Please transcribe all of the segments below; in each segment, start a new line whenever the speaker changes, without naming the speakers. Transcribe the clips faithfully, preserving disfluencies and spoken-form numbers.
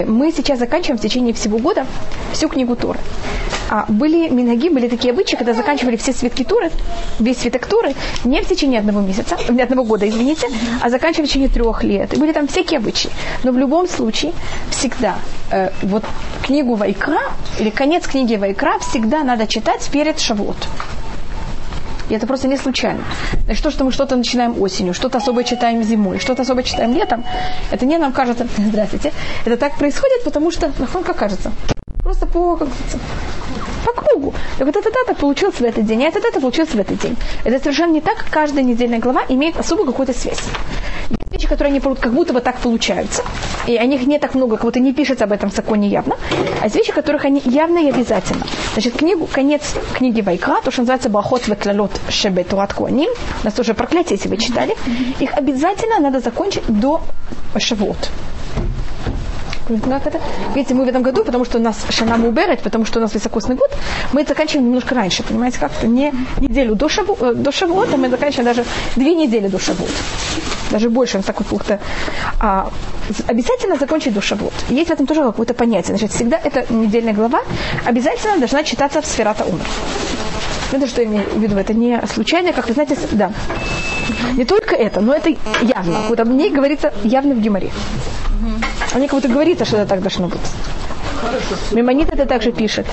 Мы сейчас заканчиваем в течение всего года всю книгу Торы. А были минаги, были такие обычаи, когда заканчивали все свитки Торы, весь свиток Торы, не в течение одного месяца, не одного года, извините, а заканчивали в течение трех лет. И были там всякие обычаи. Но в любом случае, всегда, э, вот книгу Вайкра, или конец книги Вайкра всегда надо читать перед Шавуот. И это просто не случайно. Значит, то, что мы что-то начинаем осенью, что-то особо читаем зимой, что-то особо читаем летом, это не нам кажется, здравствуйте, это так происходит, потому что, ну, как кажется, просто по, как по кругу. И вот это так получилось в этот день, а это так получилось в этот день. Это совершенно не так, каждая недельная глава имеет особую какую-то связь. Есть вещи, которые они как будто бы так получаются, и о них не так много, как будто не пишется об этом в законе явно, а есть вещи, которых они явно и обязательно. Значит, книгу, конец книги Вайкра, то, что называется Бахот веклалот шебе Турат Коаним, у нас тоже проклятие, если вы читали, их обязательно надо закончить до Шавуот. Как это? Видите, мы в этом году, потому что у нас Шана Муберет, потому что у нас високосный год, мы это заканчиваем немножко раньше, понимаете, как-то не неделю до, шаву, до Шавуота, мы заканчиваем даже две недели до Шавуота. Даже больше, он такой пункт. А, обязательно закончить до Шавуот. Есть в этом тоже какое-то понятие. Значит, всегда эта недельная глава обязательно должна читаться в Сферат ха-Омер. Это что я имею в виду? Это не случайно, как вы знаете, да. Не только это, но это явно. Вот об ней говорится явно в Гемаре. О ней как будто говорится, что это так должно быть. Мемонит это также пишет.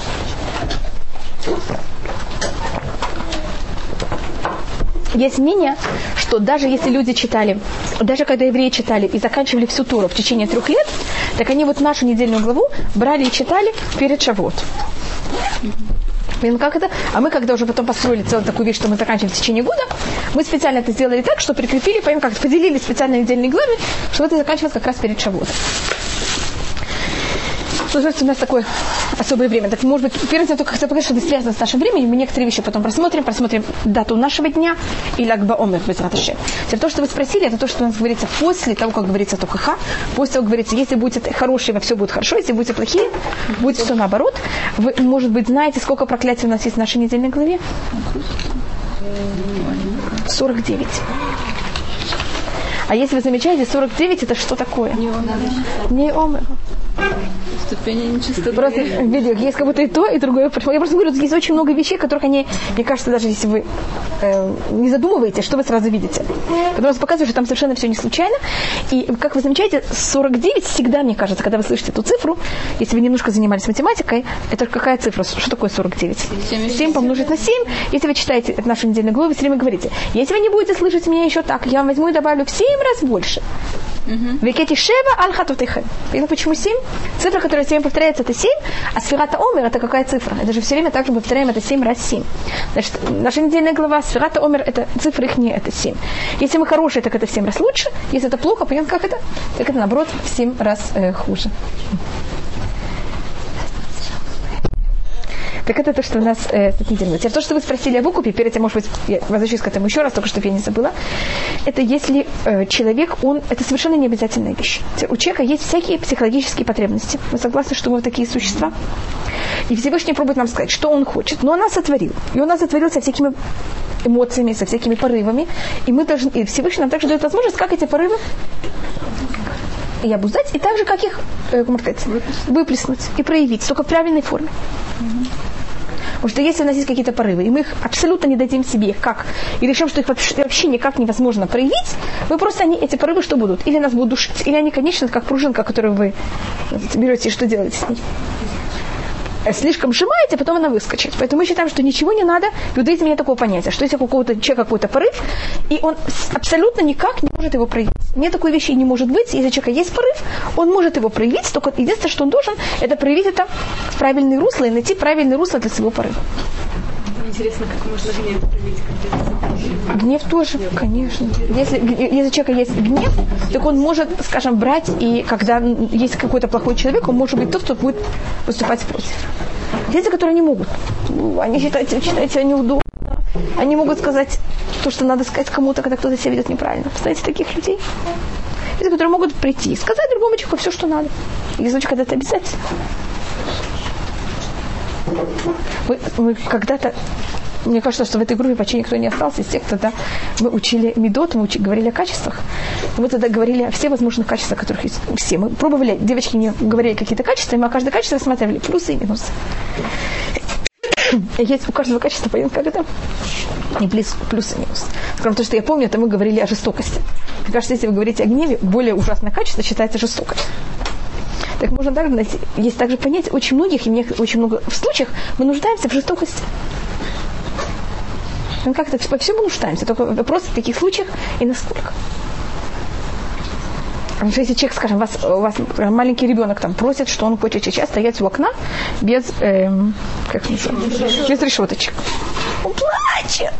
Есть мнение, что даже если люди читали, даже когда евреи читали и заканчивали всю Тору в течение трех лет, так они вот нашу недельную главу брали и читали перед Шавуот. Как это? А мы, когда уже потом построили целую такую вещь, что мы заканчиваем в течение года, мы специально это сделали так, что прикрепили, понимаем, как поделили специально недельные главы, что это заканчивается как раз перед Шавуотом. У нас такое особое время. Так, может быть, первое, только хотела показать, что это связано с нашим временем. Мы некоторые вещи потом просмотрим. Просмотрим дату нашего дня и Lag BaOmer, Безрат Ашем. То, что вы спросили, это то, что у нас говорится после того, как говорится Тохаха. После того, как говорится, если будете хорошие, во все будет хорошо. Если будете плохие, будет все наоборот. Вы, может быть, знаете, сколько проклятий у нас есть в нашей недельной главе? сорок девять. А если вы замечаете, сорок девять это что такое? Не омер.
Ступени нечистоты.
Просто видео, есть как будто и то, и другое. Я просто говорю, есть очень много вещей, которых они, мне кажется, даже если вы э, не задумываетесь, что вы сразу видите. Потому что показывают, что там совершенно все не случайно. И, как вы замечаете, сорок девять всегда, мне кажется, когда вы слышите эту цифру, если вы немножко занимались математикой, это какая цифра? Что такое сорок девять? семь помножить на семь. Если вы читаете нашу недельную главу, вы все время говорите, если вы не будете слышать меня еще так, я вам возьму и добавлю в семь раз больше. Векети шева аль-хатутихем. Видно, почему семь? Цифра, которая все время повторяется, это семь, а Сферат ха-Омер это какая цифра? Это же все время также мы повторяем, это семь раз семь. Значит, наша недельная глава Сферат ха-Омер, это цифры их не, это семь. Если мы хорошие, так это в семь раз лучше. Если это плохо, понятно, как это? Так это, наоборот, в семь раз э, хуже. Так это то, что у нас э, недельно. Теперь то, что вы спросили об выкупе, перед тем, может быть, я возвращусь к этому еще раз, только чтобы я не забыла. Это если э, человек, он, это совершенно не обязательная вещь. У человека есть всякие психологические потребности. Мы согласны, что мы вот такие существа? И Всевышний пробует нам сказать, что он хочет. Но он нас сотворил. И он нас сотворил со всякими эмоциями, со всякими порывами. И мы должны, и Всевышний нам также дает возможность, как эти порывы и обуздать, и так же, как их, э, можно сказать, выплеснуть и проявить, только в правильной форме. Потому что если у нас есть какие-то порывы, и мы их абсолютно не дадим себе, как, и решим, что их вообще никак невозможно проявить, вы просто они, эти порывы что будут? Или нас будут душить, или они, конечно, как пружинка, которую вы берете и что делаете с ней? Слишком сжимаете, потом она выскочит. Поэтому мы считаем, что ничего не надо. В иудаизме нет такого понятия, что если у какого-то человека какой-то порыв, и он абсолютно никак не может его проявить. Нет такой вещи и не может быть. Если у человека есть порыв, он может его проявить, только единственное, что он должен, это проявить это в правильное русло и найти правильное русло для своего порыва.
Интересно, как можно гнев проявить?
Гнев тоже, конечно. Если, если у человека есть гнев, так он может, скажем, брать, и когда есть какой-то плохой человек, он может быть тот, кто будет выступать против. Дети, которые не могут. Они считают, считают себя неудобно. Они могут сказать то, что надо сказать кому-то, когда кто-то себя ведет неправильно. Знаете таких людей? Люди, которые могут прийти и сказать другому человеку все, что надо. И значит, когда это обязательно. Мы, мы когда-то мне кажется, что в этой группе почти никто не остался из тех, кто да, мы учили медот, мы учили, говорили о качествах. И мы тогда говорили о всех возможных качествах, которых есть все. Мы пробовали, девочки мне говорили какие-то качества, и мы о каждое качество рассматривали плюсы и минусы. Есть у каждого качества, понятно, как это? Не плюс, плюс и минус. Кроме того, что я помню, это мы говорили о жестокости. Мне кажется, если вы говорите о гневе, более ужасное качество считается жестокость. Так можно также найти, есть также понятие очень многих, и мне очень много в случаях мы нуждаемся в жестокости. Мы как-то по всему нуждаемся, только вопрос в каких случаях и насколько. Потому что если человек, скажем, вас, у вас маленький ребенок там просит, что он хочет сейчас стоять у окна без, эм, как без решеточек. Он плачет.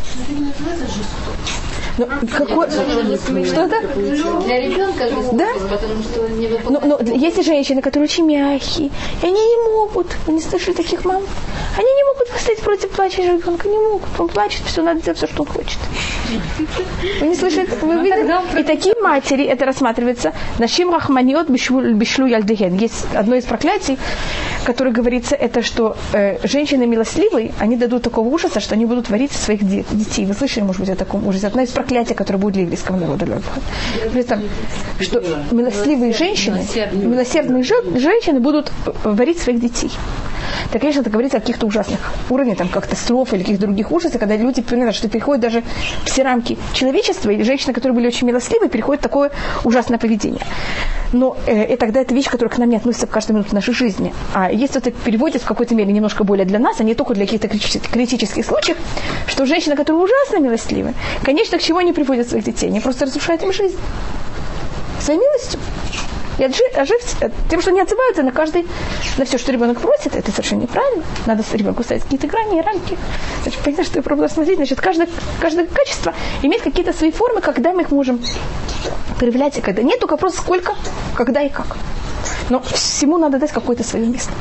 Ну, какой... Что это?
Для ребенка жестокость,
да?
Потому что не выполняет.
Но, но есть женщины, которые очень мягкие, и они не могут, вы не слышали таких мам, они не могут выстоять против плача ребенка, не могут, он плачет, все, надо делать все, что он хочет. Вы не слышали? Вы видели? И такие матери, это рассматривается, нашим рахманиот бишлу яльдеген. Есть одно из проклятий, которое говорится, это что э, женщины милостливые, они дадут такого ужаса, что они будут варить своих де- детей. Вы слышали, может быть, о таком ужасе? Одно из проклятий, которое будет для еврейского народа. Представь, что милостливые женщины, милосердные женщины будут варить своих детей. Так, конечно, это говорится о каких-то ужасных уровнях, там, катастроф или каких-то других ужасах, когда люди понимают, что переходят даже все рамки человечества, и женщины, которые были очень милостливы, переходят в такое ужасное поведение. Но э, и тогда это вещь, которая к нам не относится в каждую минуту нашей жизни. А если это переводится в какой-то мере немножко более для нас, а не только для каких-то критических случаев, что женщины, которые ужасно милостливы, конечно, к чему они приводят своих детей? Они просто разрушают им жизнь. Своей милостью. И отжив, тем, что не отзываются на каждый, на все, что ребенок просит, это совершенно неправильно. Надо ребенку ставить какие-то грани и рамки. Значит, понятно, что я пробовала смотреть. Значит, каждое, каждое качество имеет какие-то свои формы, когда мы их можем проявлять, и когда нет, только вопрос сколько, когда и как. Но всему надо дать какое-то свое место.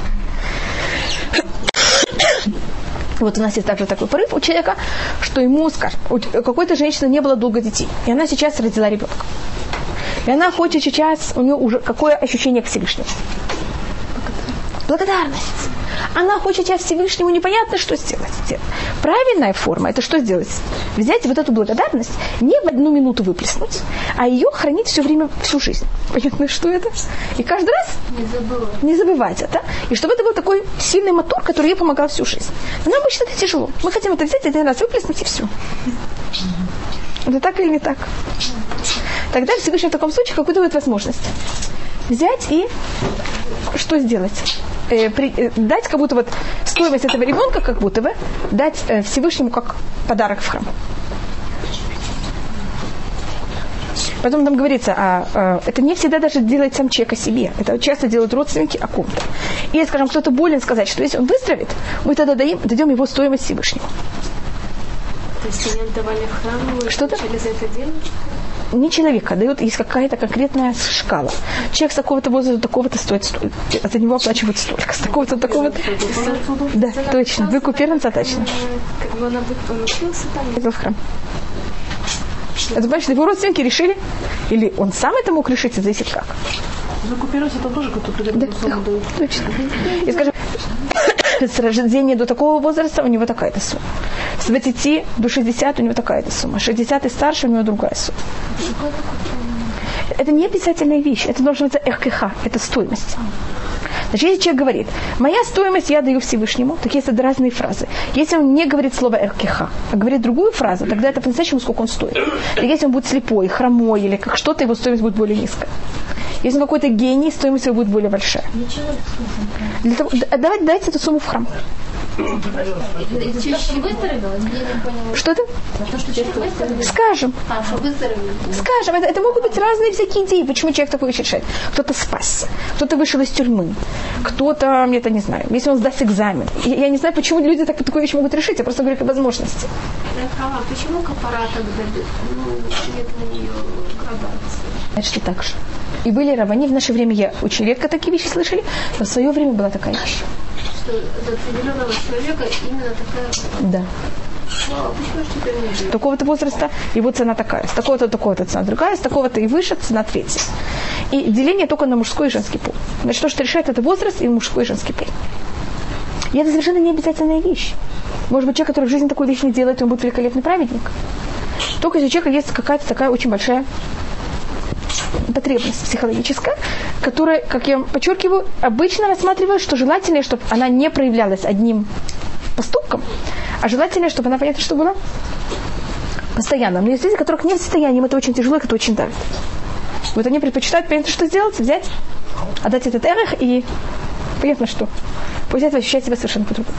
Вот у нас есть также такой порыв у человека, что ему, скажем, у какой-то женщины не было долго детей, и она сейчас родила ребенка. И она хочет сейчас, у нее уже какое ощущение к Всевышнему? Благодарность. Она хочет сейчас Всевышнему, непонятно, что сделать. Правильная форма – это что сделать? Взять вот эту благодарность, не в одну минуту выплеснуть, а ее хранить все время, всю жизнь. Понятно, что это? И каждый раз
не забывать,
не забывать это. И чтобы это был такой сильный мотор, который ей помогал всю жизнь. Но нам обычно это тяжело. Мы хотим это взять, один раз выплеснуть, и все. Это так или не так? Тогда Всевышний в таком случае какую-то будет возможность взять и что сделать? Э, при, э, дать как будто вот стоимость этого ребенка, как будто бы, дать э, Всевышнему как подарок в храм. Потом там говорится, а, а, это не всегда даже делает сам человек о себе. Это часто делают родственники о ком-то. Или, скажем, кто-то болен, сказать, что если он выздоровеет, мы тогда даем, дадим его стоимость Всевышнему.
То есть они отдавали в храм,
что-то
через это делать?
Не человека, дают, есть какая-то конкретная шкала. Человек с такого-то возраста, такого-то стоит столько. За него оплачивают столько. С такого-то, такого-то. Да, точно. Выкуп первенца, точно.
Как бы она учился там?
Это в храм. Это значит, его родственники решили, или он сам это мог решить, это зависит как.
Выкуп первенца это тоже кто-то
да, точно. И скажем, с рождения до такого возраста у него такая-то сумма. С двадцати до шестидесяти у него такая-то сумма. шестьдесят и старше у него другая сумма. Это не обязательная вещь. Это должно быть эркеха. Это стоимость. Значит, если человек говорит, моя стоимость я даю Всевышнему, так есть это разные фразы. Если он не говорит слово эркеха, а говорит другую фразу, тогда это по-настоящему сколько он стоит. И если он будет слепой, хромой или как что-то, его стоимость будет более низкая. Если он какой-то гений, стоимость его будет более большая. Для того, давайте дайте эту сумму в храм. Что это? Скажем. Скажем, это, это могут быть разные всякие идеи. Почему человек такой вещь решает? Кто-то спасся, кто-то вышел из тюрьмы, кто-то, я это не знаю, если он сдаст экзамен. Я, я не знаю, почему люди так, такую вещь могут решить, я просто говорю о возможности.
А почему капара тогда ну, нет на нее градации?
Значит, так же. И были раввини, в наше время я очень редко такие вещи слышали, но в свое время была такая вещь.
Что до определенного человека именно такая...
Да.
А почему же теперь не будет?
Такого-то возраста его цена такая, с такого-то такого-то цена другая, с такого-то и выше цена третья. И деление только на мужской и женский пол. Значит, то, что решает, это возраст и мужской и женский пол. И это совершенно не обязательная вещь. Может быть, человек, который в жизни такой вещь не делает, он будет великолепный праведник. Только если у человека есть какая-то такая очень большая потребность психологическая, которая, как я подчеркиваю, обычно рассматриваю, что желательно, чтобы она не проявлялась одним поступком, а желательно, чтобы она, понятно, что была постоянно. Но есть люди, которых не в состоянии, им это очень тяжело, это очень давит. Вот они предпочитают, понятно, что сделать, взять, отдать этот эрех и понятно, что после этого ощущать себя совершенно по-другому.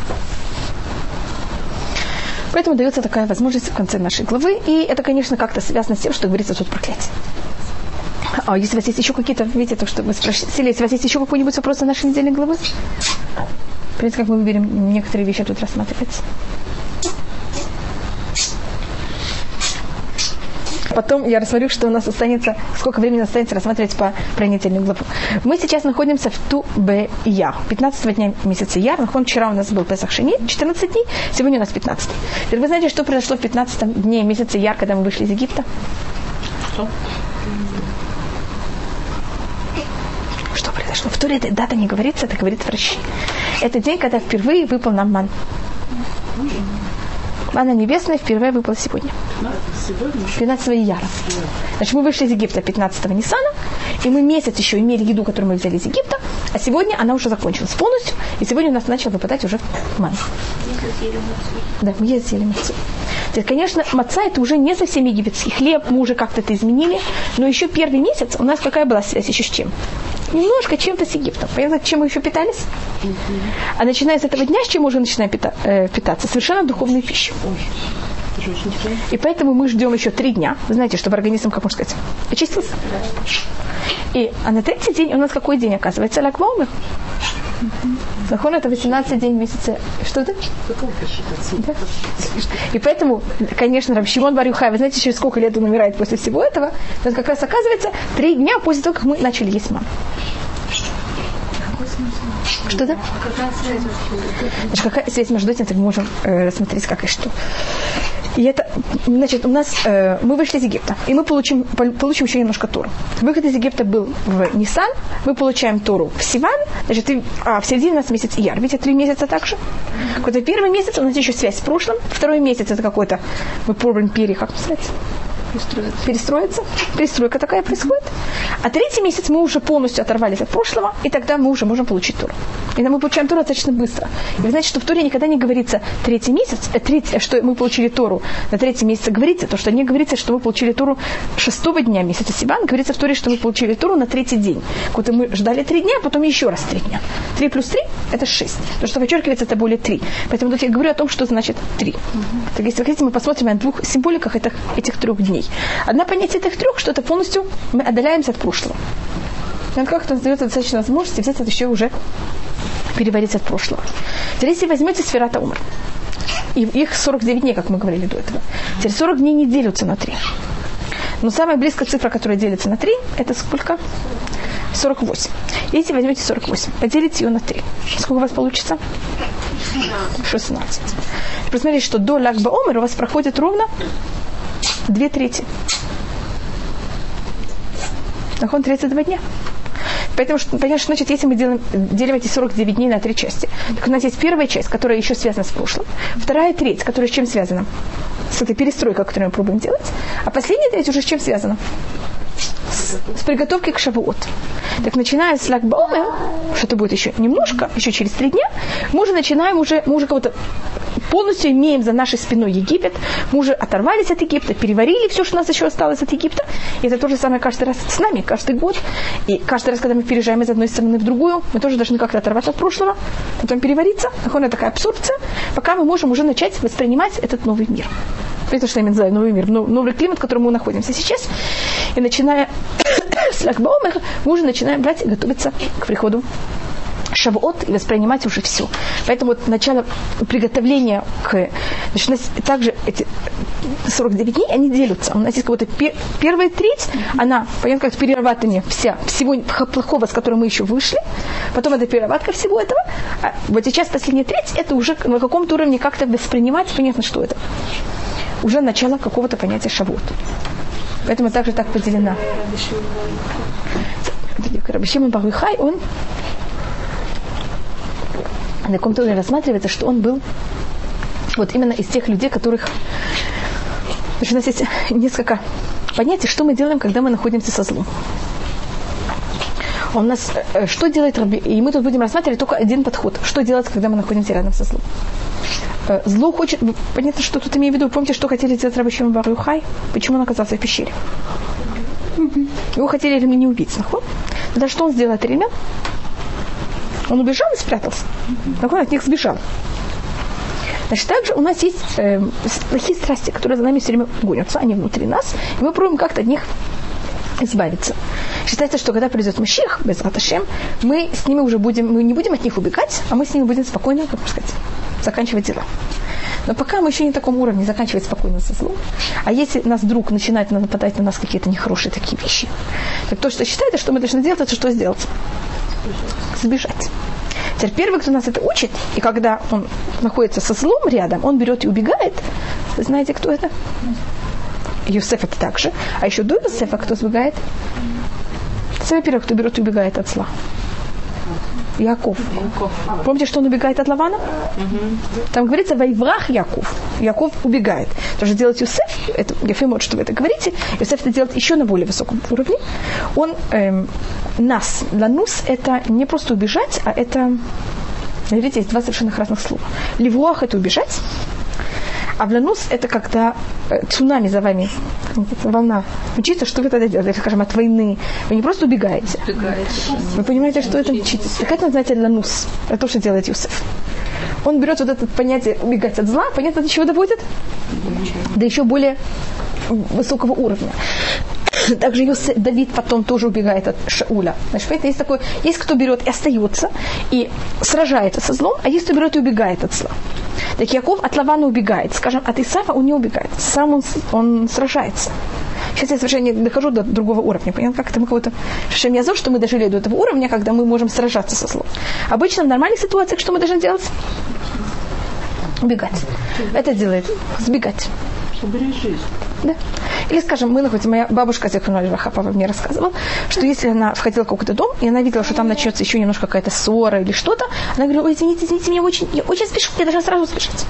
Поэтому дается такая возможность в конце нашей главы, и это, конечно, как-то связано с тем, что говорится тут проклятие. А если у вас есть еще какие-то, видите, то, что вы спросили, если у вас есть еще какой-нибудь вопрос на нашей недельной главы? В принципе, как мы выберем, некоторые вещи тут рассматриваются. Потом я рассмотрю, что у нас останется, сколько времени останется рассматривать по про недельную главу. Мы сейчас находимся в Ту-Бе-Яр, пятнадцатого дня месяца Яр. Нахон, вчера у нас был Песах Шени, четырнадцать дней, сегодня у нас пятнадцать. Теперь вы знаете, что произошло в пятнадцатом дне месяца Яр, когда мы вышли из Египта?
Что?
Что произошло? В Торе эта дата не говорится, это говорит врачи. Это день, когда впервые выпал нам ман. Манна небесная впервые выпала сегодня. пятнадцатого Ияра. Значит, мы вышли из Египта пятнадцатого Ниссана, и мы месяц еще имели еду, которую мы взяли из Египта, а сегодня она уже закончилась полностью, и сегодня у нас начал выпадать уже ман. Да, мы съели мацу. Конечно, маца это уже не совсем египетский хлеб, мы уже как-то это изменили, но еще первый месяц у нас какая была связь еще с чем? Немножко чем-то с Египтом. Понятно, чем мы еще питались? Mm-hmm. А начиная с этого дня, с чем мы уже начинаем пита- э, питаться? Совершенно духовной пищей. Mm-hmm. И поэтому мы ждем еще три дня. Вы знаете, чтобы организм, как можно сказать, очистился. Mm-hmm. И, а на третий день у нас какой день оказывается? Lag BaOmer. Нахон, это восемнадцатый день месяца. Что это? Да. И поэтому, конечно, Рав Шимон бар Йохай, вы знаете, через сколько лет он умирает после всего этого? Это как раз оказывается три дня после того, как мы начали есть ман. Что да?
Какая связь?
Значит, какая связь между этим, так мы можем э, рассмотреть, как и что. И это, значит, у нас, э, мы вышли из Египта, и мы получим, получим еще немножко Тору. Выход из Египта был в Нисан, мы получаем Тору в Сиван, значит, и, а в середине у нас месяц Ияр. Видите, три месяца также. Какой-то первый месяц, у нас еще связь с прошлым, второй месяц это какой-то, мы пробуем пере, как называется? Перестроиться. Перестроиться. Перестройка такая происходит. А третий месяц мы уже полностью оторвались от прошлого, и тогда мы уже можем получить Тору. И мы получаем Тору достаточно быстро. И вы знаете, что в Торе никогда не говорится третий месяц, э, третий, что мы получили Тору на третий месяц. Говорится то, что не говорится, что мы получили Тору шестого дня месяца Сиван. Говорится в Торе, что мы получили Тору на третий день. Вот мы ждали три дня, а потом еще раз три дня. Три плюс три – это шесть. То, что подчеркивается, это более три. Поэтому тут я говорю о том, что значит три. Угу. Так если вы хотите, мы посмотрим на двух символиках этих, этих трех дней. Одна понятие этих трех, что это полностью мы отдаляемся от прошлого. И как-то дается достаточно возможности взять это еще уже переварить от прошлого. Теперь, если возьмете сферат ха-Омер, и их сорок девять дней, как мы говорили до этого, теперь сорок дней не делятся на три. Но самая близкая цифра, которая делится на три, это сколько? сорок восемь. Если возьмете сорок восемь, поделите ее на три. Сколько у вас получится? шестнадцать. Посмотрите, что до Lag BaOmer у вас проходит ровно две трети. Нахон тридцать два дня. Поэтому, понятно, что значит, если мы делаем, делим эти сорок девять дней на три части, так у нас есть первая часть, которая еще связана с прошлым, вторая треть, которая с чем связана? С этой перестройкой, которую мы пробуем делать, а последняя треть уже с чем связана? С, с приготовкой к Шавуот. Так, начиная с Lag BaOmer, что-то будет еще немножко, еще через три дня, мы уже начинаем, уже, мы уже кого-то полностью имеем за нашей спиной Египет, мы уже оторвались от Египта, переварили все, что у нас еще осталось от Египта. И это то же самое каждый раз с нами, каждый год. И каждый раз, когда мы переезжаем из одной страны в другую, мы тоже должны как-то оторваться от прошлого, потом перевариться. Такая такая абсорбция, пока мы можем уже начать воспринимать этот новый мир. Это что я называю новый мир, новый климат, в котором мы находимся сейчас. И начиная с Lag BaOmer, мы уже начинаем брать и готовиться к приходу Шавуот и воспринимать уже все. Поэтому вот начало приготовления к... Значит, у нас также эти сорок девять дней, они делятся. У нас есть какая-то пер... первая треть, она, понятно, как перерабатывание вся, всего плохого, с которым мы еще вышли. Потом это переработка всего этого. А вот сейчас последняя треть, это уже на каком-то уровне как-то воспринимать, понятно, что это. Уже начало какого-то понятия Шавуот. Поэтому также так поделена. Рав Шимон бар Йохай, он на каком-то уровне рассматривается, что он был Вот именно из тех людей, которых... Значит, у нас есть несколько понятий, что мы делаем, когда мы находимся со злом. У нас что делает Раби? И мы тут будем рассматривать только один подход. Что делать, когда мы находимся рядом со злом? Зло хочет... Понятно, что тут имею в виду. Помните, что хотели сделать Раби Шимон бар Йохай? Почему он оказался в пещере? Его хотели римляне убить. Тогда что он сделал от римлян? Он убежал и спрятался. Так он от них сбежал. Значит, также у нас есть э, плохие страсти, которые за нами все время гонятся. Они внутри нас. И мы пробуем как-то от них избавиться. Считается, что когда придет Машиах, без Раташем, мы с ними уже будем, мы не будем от них убегать, а мы с ними будем спокойно, как сказать, заканчивать дела. Но пока мы еще не на таком уровне заканчивать спокойно со злом. А если нас вдруг начинает нападать на нас какие-то нехорошие такие вещи, так то, что считается, что мы должны делать, это что сделать? Сбежать. Теперь первый, кто нас это учит, и когда он находится со злом рядом, он берет и убегает. Вы знаете, кто это? Йосеф это также. А еще до Йосефа кто сбегает? Самый первый, кто берет и убегает от зла. Яков. Помните, что он убегает от Лавана? Там говорится «Вайврах Яков». Яков убегает. То, что делает Йосеф, это Ефим, вот что вы это говорите, Йосеф это делает еще на более высоком уровне. Он эм, нас, ланус, это не просто убежать, а это, видите, есть два совершенно разных слова. Ливруах – это убежать, а вланус – это когда э, цунами за вами, волна мчится, что вы тогда делаете, скажем, от войны. Вы не просто убегаете. убегаете. Вы понимаете, что это мчитесь. Так это называется ланус. Это то, что делает Йосеф. Он берет вот это понятие убегать от зла, понятно, до чего доводит? До еще более высокого уровня. Также Йосеф, Давид потом тоже убегает от Шауля. Значит, есть такой, есть кто берет и остается, и сражается со злом, а есть кто берет и убегает от зла. Так Яков от Лавана убегает. Скажем, от Исава он не убегает. Сам он, он сражается. Сейчас я совершенно не дохожу до другого уровня. Понятно, как это мы кого-то... Шем Язов, что мы дожили до этого уровня, когда мы можем сражаться со злом. Обычно в нормальных ситуациях что мы должны делать? Убегать. Это делает сбегать.
Убери жизнь.
Да. Или, скажем, мы находимся, моя бабушка Папа мне рассказывала, что если она входила в какой-то дом, и она видела, что там начнется еще немножко какая-то ссора или что-то, она говорила: ой, извините, извините, меня очень, я очень спешу, я должна сразу спешить.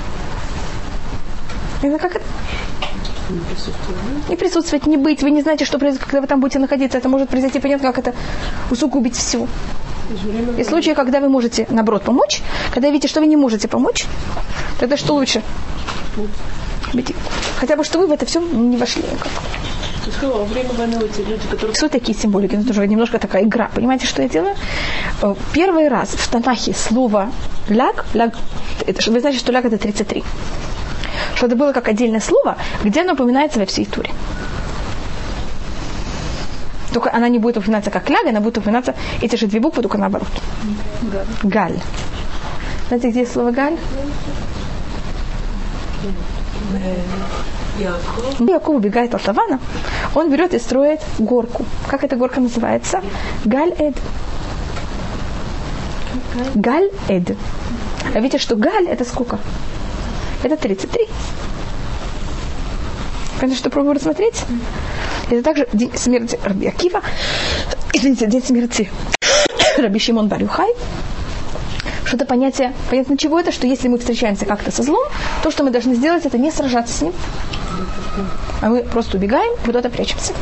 И она как это? Не присутствовать, не быть, вы не знаете, что произойдет, когда вы там будете находиться, это может произойти, понятно, как это усугубить всего. И в случае, когда вы можете, наоборот, помочь, когда видите, что вы не можете помочь, тогда что лучше? Хотя бы, что вы в это все не вошли.
Во время войны эти люди, которые...
Что такие символики? Это тоже немножко такая игра. Понимаете, что я делаю? Первый раз в Танахе слово «ляг», ляг это, вы знаете, что «ляг» это тридцать три. Что это было как отдельное слово, где оно упоминается во всей Туре. Только она не будет упоминаться как «ляг», она будет упоминаться эти же две буквы, только наоборот. «Галь». Знаете, где есть слово «галь»? Яков. Яков убегает от Лавана, он берет и строит горку. Как эта горка называется? Галь-эд. Галь-эд. А видите, что Галь это сколько? Это тридцать три. Понимаете, что пробую рассмотреть? Это также день смерти Раби Акива. Извините, день смерти Раби Шимон бар Йохай. Что-то понятие, понятно чего это, что если мы встречаемся как-то со злом, то, что мы должны сделать, это не сражаться с ним, а мы просто убегаем, куда-то прячемся.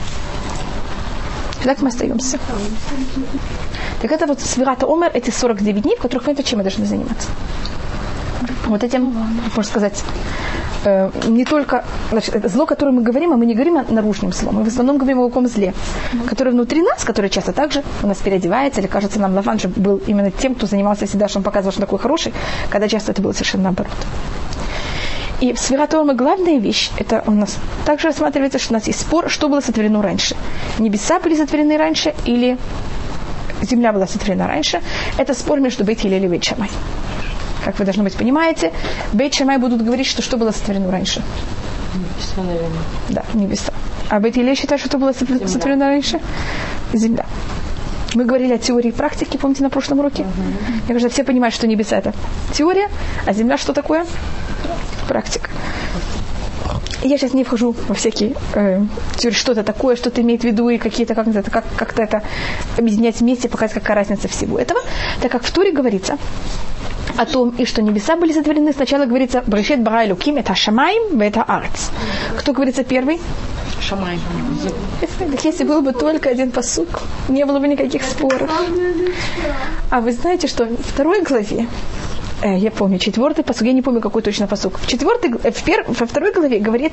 Так мы остаемся. Так это вот Свират ха-Омер, эти сорок девять дней, в которых понятно, чем мы должны заниматься. Вот этим, можно сказать, э, не только значит, это зло, которое мы говорим, а мы не говорим о наружном зле. Мы в основном говорим о каком зле, которое внутри нас, которое часто также у нас переодевается, или кажется нам, Лаван же был именно тем, кто занимался всегда, что он показывал, что он такой хороший, когда часто это было совершенно наоборот. И в Свират ха-Омер главная вещь, это у нас также рассматривается, что у нас есть спор, что было сотворено раньше. Небеса были сотворены раньше, или земля была сотворена раньше. Это спор между Бейт Хиллель и Бейт Шамай. Как вы, должно быть, понимаете, Бейт Шамай будут говорить, что что было сотворено раньше?
Небеса, наверное.
Да, небеса. А Бейт Хиллель считает, что было сотворено Земля. раньше? Земля. Мы говорили о теории и практике, помните, на прошлом уроке? Uh-huh. Я кажется, все понимают, что небеса – это теория, а земля что такое? Практика. Я сейчас не вхожу во всякие э, теории, что это такое, что это имеет в виду, и какие-то, как это, как, как-то это объединять вместе, показать, какая разница всего этого. Так как в Туре говорится, о том, и что небеса были сотворены, сначала говорится «Брешет бара элоким это шамаим, это арец». Кто говорится первый?
Шамай.
Если был бы только один пасук, не было бы никаких споров. А вы знаете, что в второй главе, э, я помню, четвертый пасук, я не помню, какой точно пасук, в, четвертой, в пер, во второй главе говорит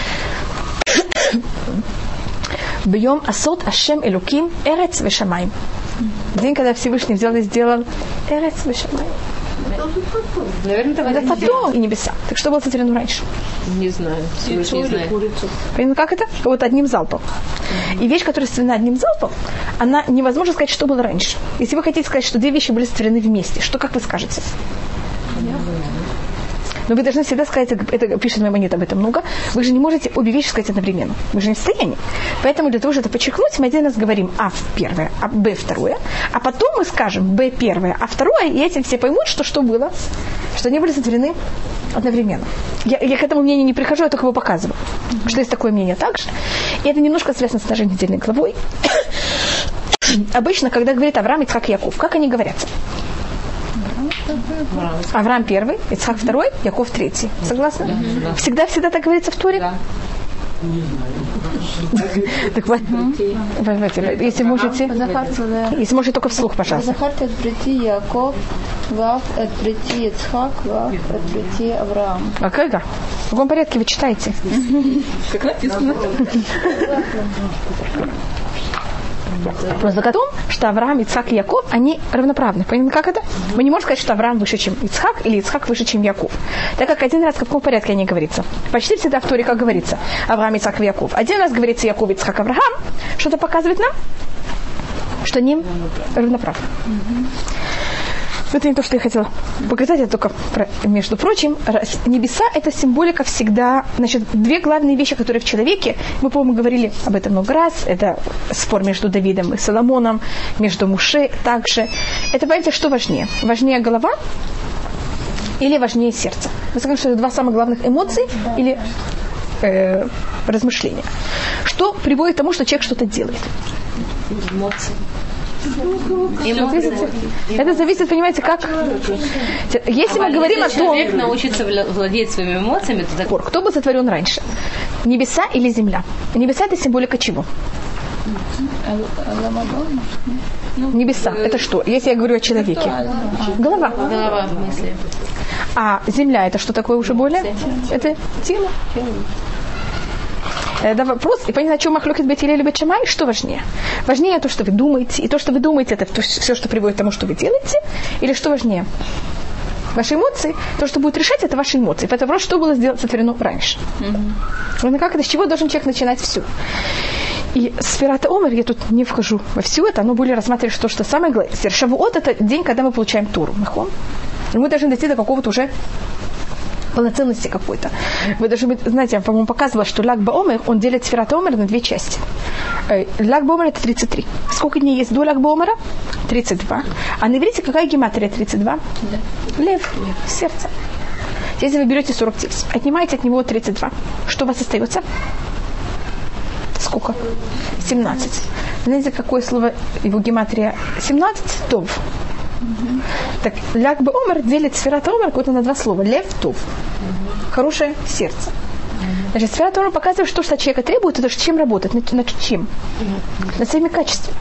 «Бьем асот ашем элуким эрец вешамайм». День, когда Всевышний взял и сделал эрец вешамайм.
Наверное, это,
это потом и небеса. Так что было сотворено раньше?
Не знаю. Всевышний не знает.
Понятно, как это? Вот одним залпом. И вещь, которая сотворена одним залпом, она невозможно сказать, что было раньше. Если вы хотите сказать, что две вещи были сотворены вместе, что, как вы скажете? Но вы должны всегда сказать, это пишет Маймонид об этом много, вы же не можете обе вещи сказать одновременно. Вы же не в состоянии. Поэтому для того, чтобы это подчеркнуть, мы один раз говорим А первое, а Б второе, а потом мы скажем Б первое, а второе, и этим все поймут, что что было, что они были сотворены одновременно. Я, я к этому мнению не прихожу, я только его показываю. Mm-hmm. Что есть такое мнение также. И это немножко связано с нашей недельной главой. Обычно, когда говорит Авраам, Ицхак и Яков, как они говорят? Авраам первый, Ицхак второй, Яков третий. Согласны? Да. Всегда-всегда так говорится в Торе? Да. Так вот, если можете, если можете только вслух, пожалуйста.
Захар от брити Яков, Вав от брити Ицхак, Вав от брити Авраам.
А когда? В каком порядке вы читаете?
Как написано.
Вопрос о том, что Авраам, Ицхак и Яков, они равноправны. Понятно, как это? Мы не можем сказать, что Авраам выше, чем Ицхак, или Ицхак выше, чем Яков. Так как один раз в каком порядке они говорится? Почти всегда в Торе, как говорится, Авраам, Ицхак и Яков. Один раз говорится Яков, Ицхак, Авраам. Что-то показывает нам, что они равноправны. Это не то, что я хотела показать, это только, между прочим, небеса – это символика всегда, значит, две главные вещи, которые в человеке, мы, по-моему, говорили об этом много раз, это спор между Давидом и Соломоном, между Муше также. Это, понимаете, что важнее? Важнее голова или важнее сердце? Вы скажете, что это два самых главных эмоций или э, размышления? Что приводит к тому, что человек что-то делает?
Эмоции.
Эмоции. Это зависит, понимаете, как... Если мы говорим о том...
Человек научится владеть своими эмоциями, то так...
Кто был сотворен раньше? Небеса или земля? Небеса – это символика чего? Небеса – это что? Если я говорю о человеке. Голова.
Голова в мысли.
А земля – это что такое уже более? Это тело. Это вопрос, и понятно, о чем махлокет бет Гилель и бет Шамай, что важнее? Важнее то, что вы думаете, и то, что вы думаете, это все, что приводит к тому, что вы делаете, или что важнее? Ваши эмоции, то, что будет решать, это ваши эмоции. Поэтому вопрос, что было сделано, сотворено раньше. Mm-hmm. Как это, с чего должен человек начинать все? И Сфират Омер, я тут не вхожу во все это, но более рассматривать то, что самое главное. Шавуот – это день, когда мы получаем Тору. И мы должны дойти до какого-то уже полноценности какой-то. Вы даже, знаете, я, по-моему, показывала, что Lag BaOmer, он делит Сфират Омер на две части. Lag BaOmer это тридцать три. Сколько дней есть до Lag BaOmer? тридцать два. А на иврите какая гематрия тридцать два? Да. Лев, Лев, сердце. Если вы берете сорок девять, отнимаете от него тридцать два, что у вас остается? Сколько? семнадцать. Знаете, какое слово его гематрия? семнадцать? Тов. Mm-hmm. Так, Lag BaOmer делит Сфират Омер какое-то на два слова. Лев, Тов. Mm-hmm. Хорошее сердце. Mm-hmm. Значит, Сфират Омер показывает, что, что от человека требует, это чем работать, над, над чем? Mm-hmm. Над своими качествами.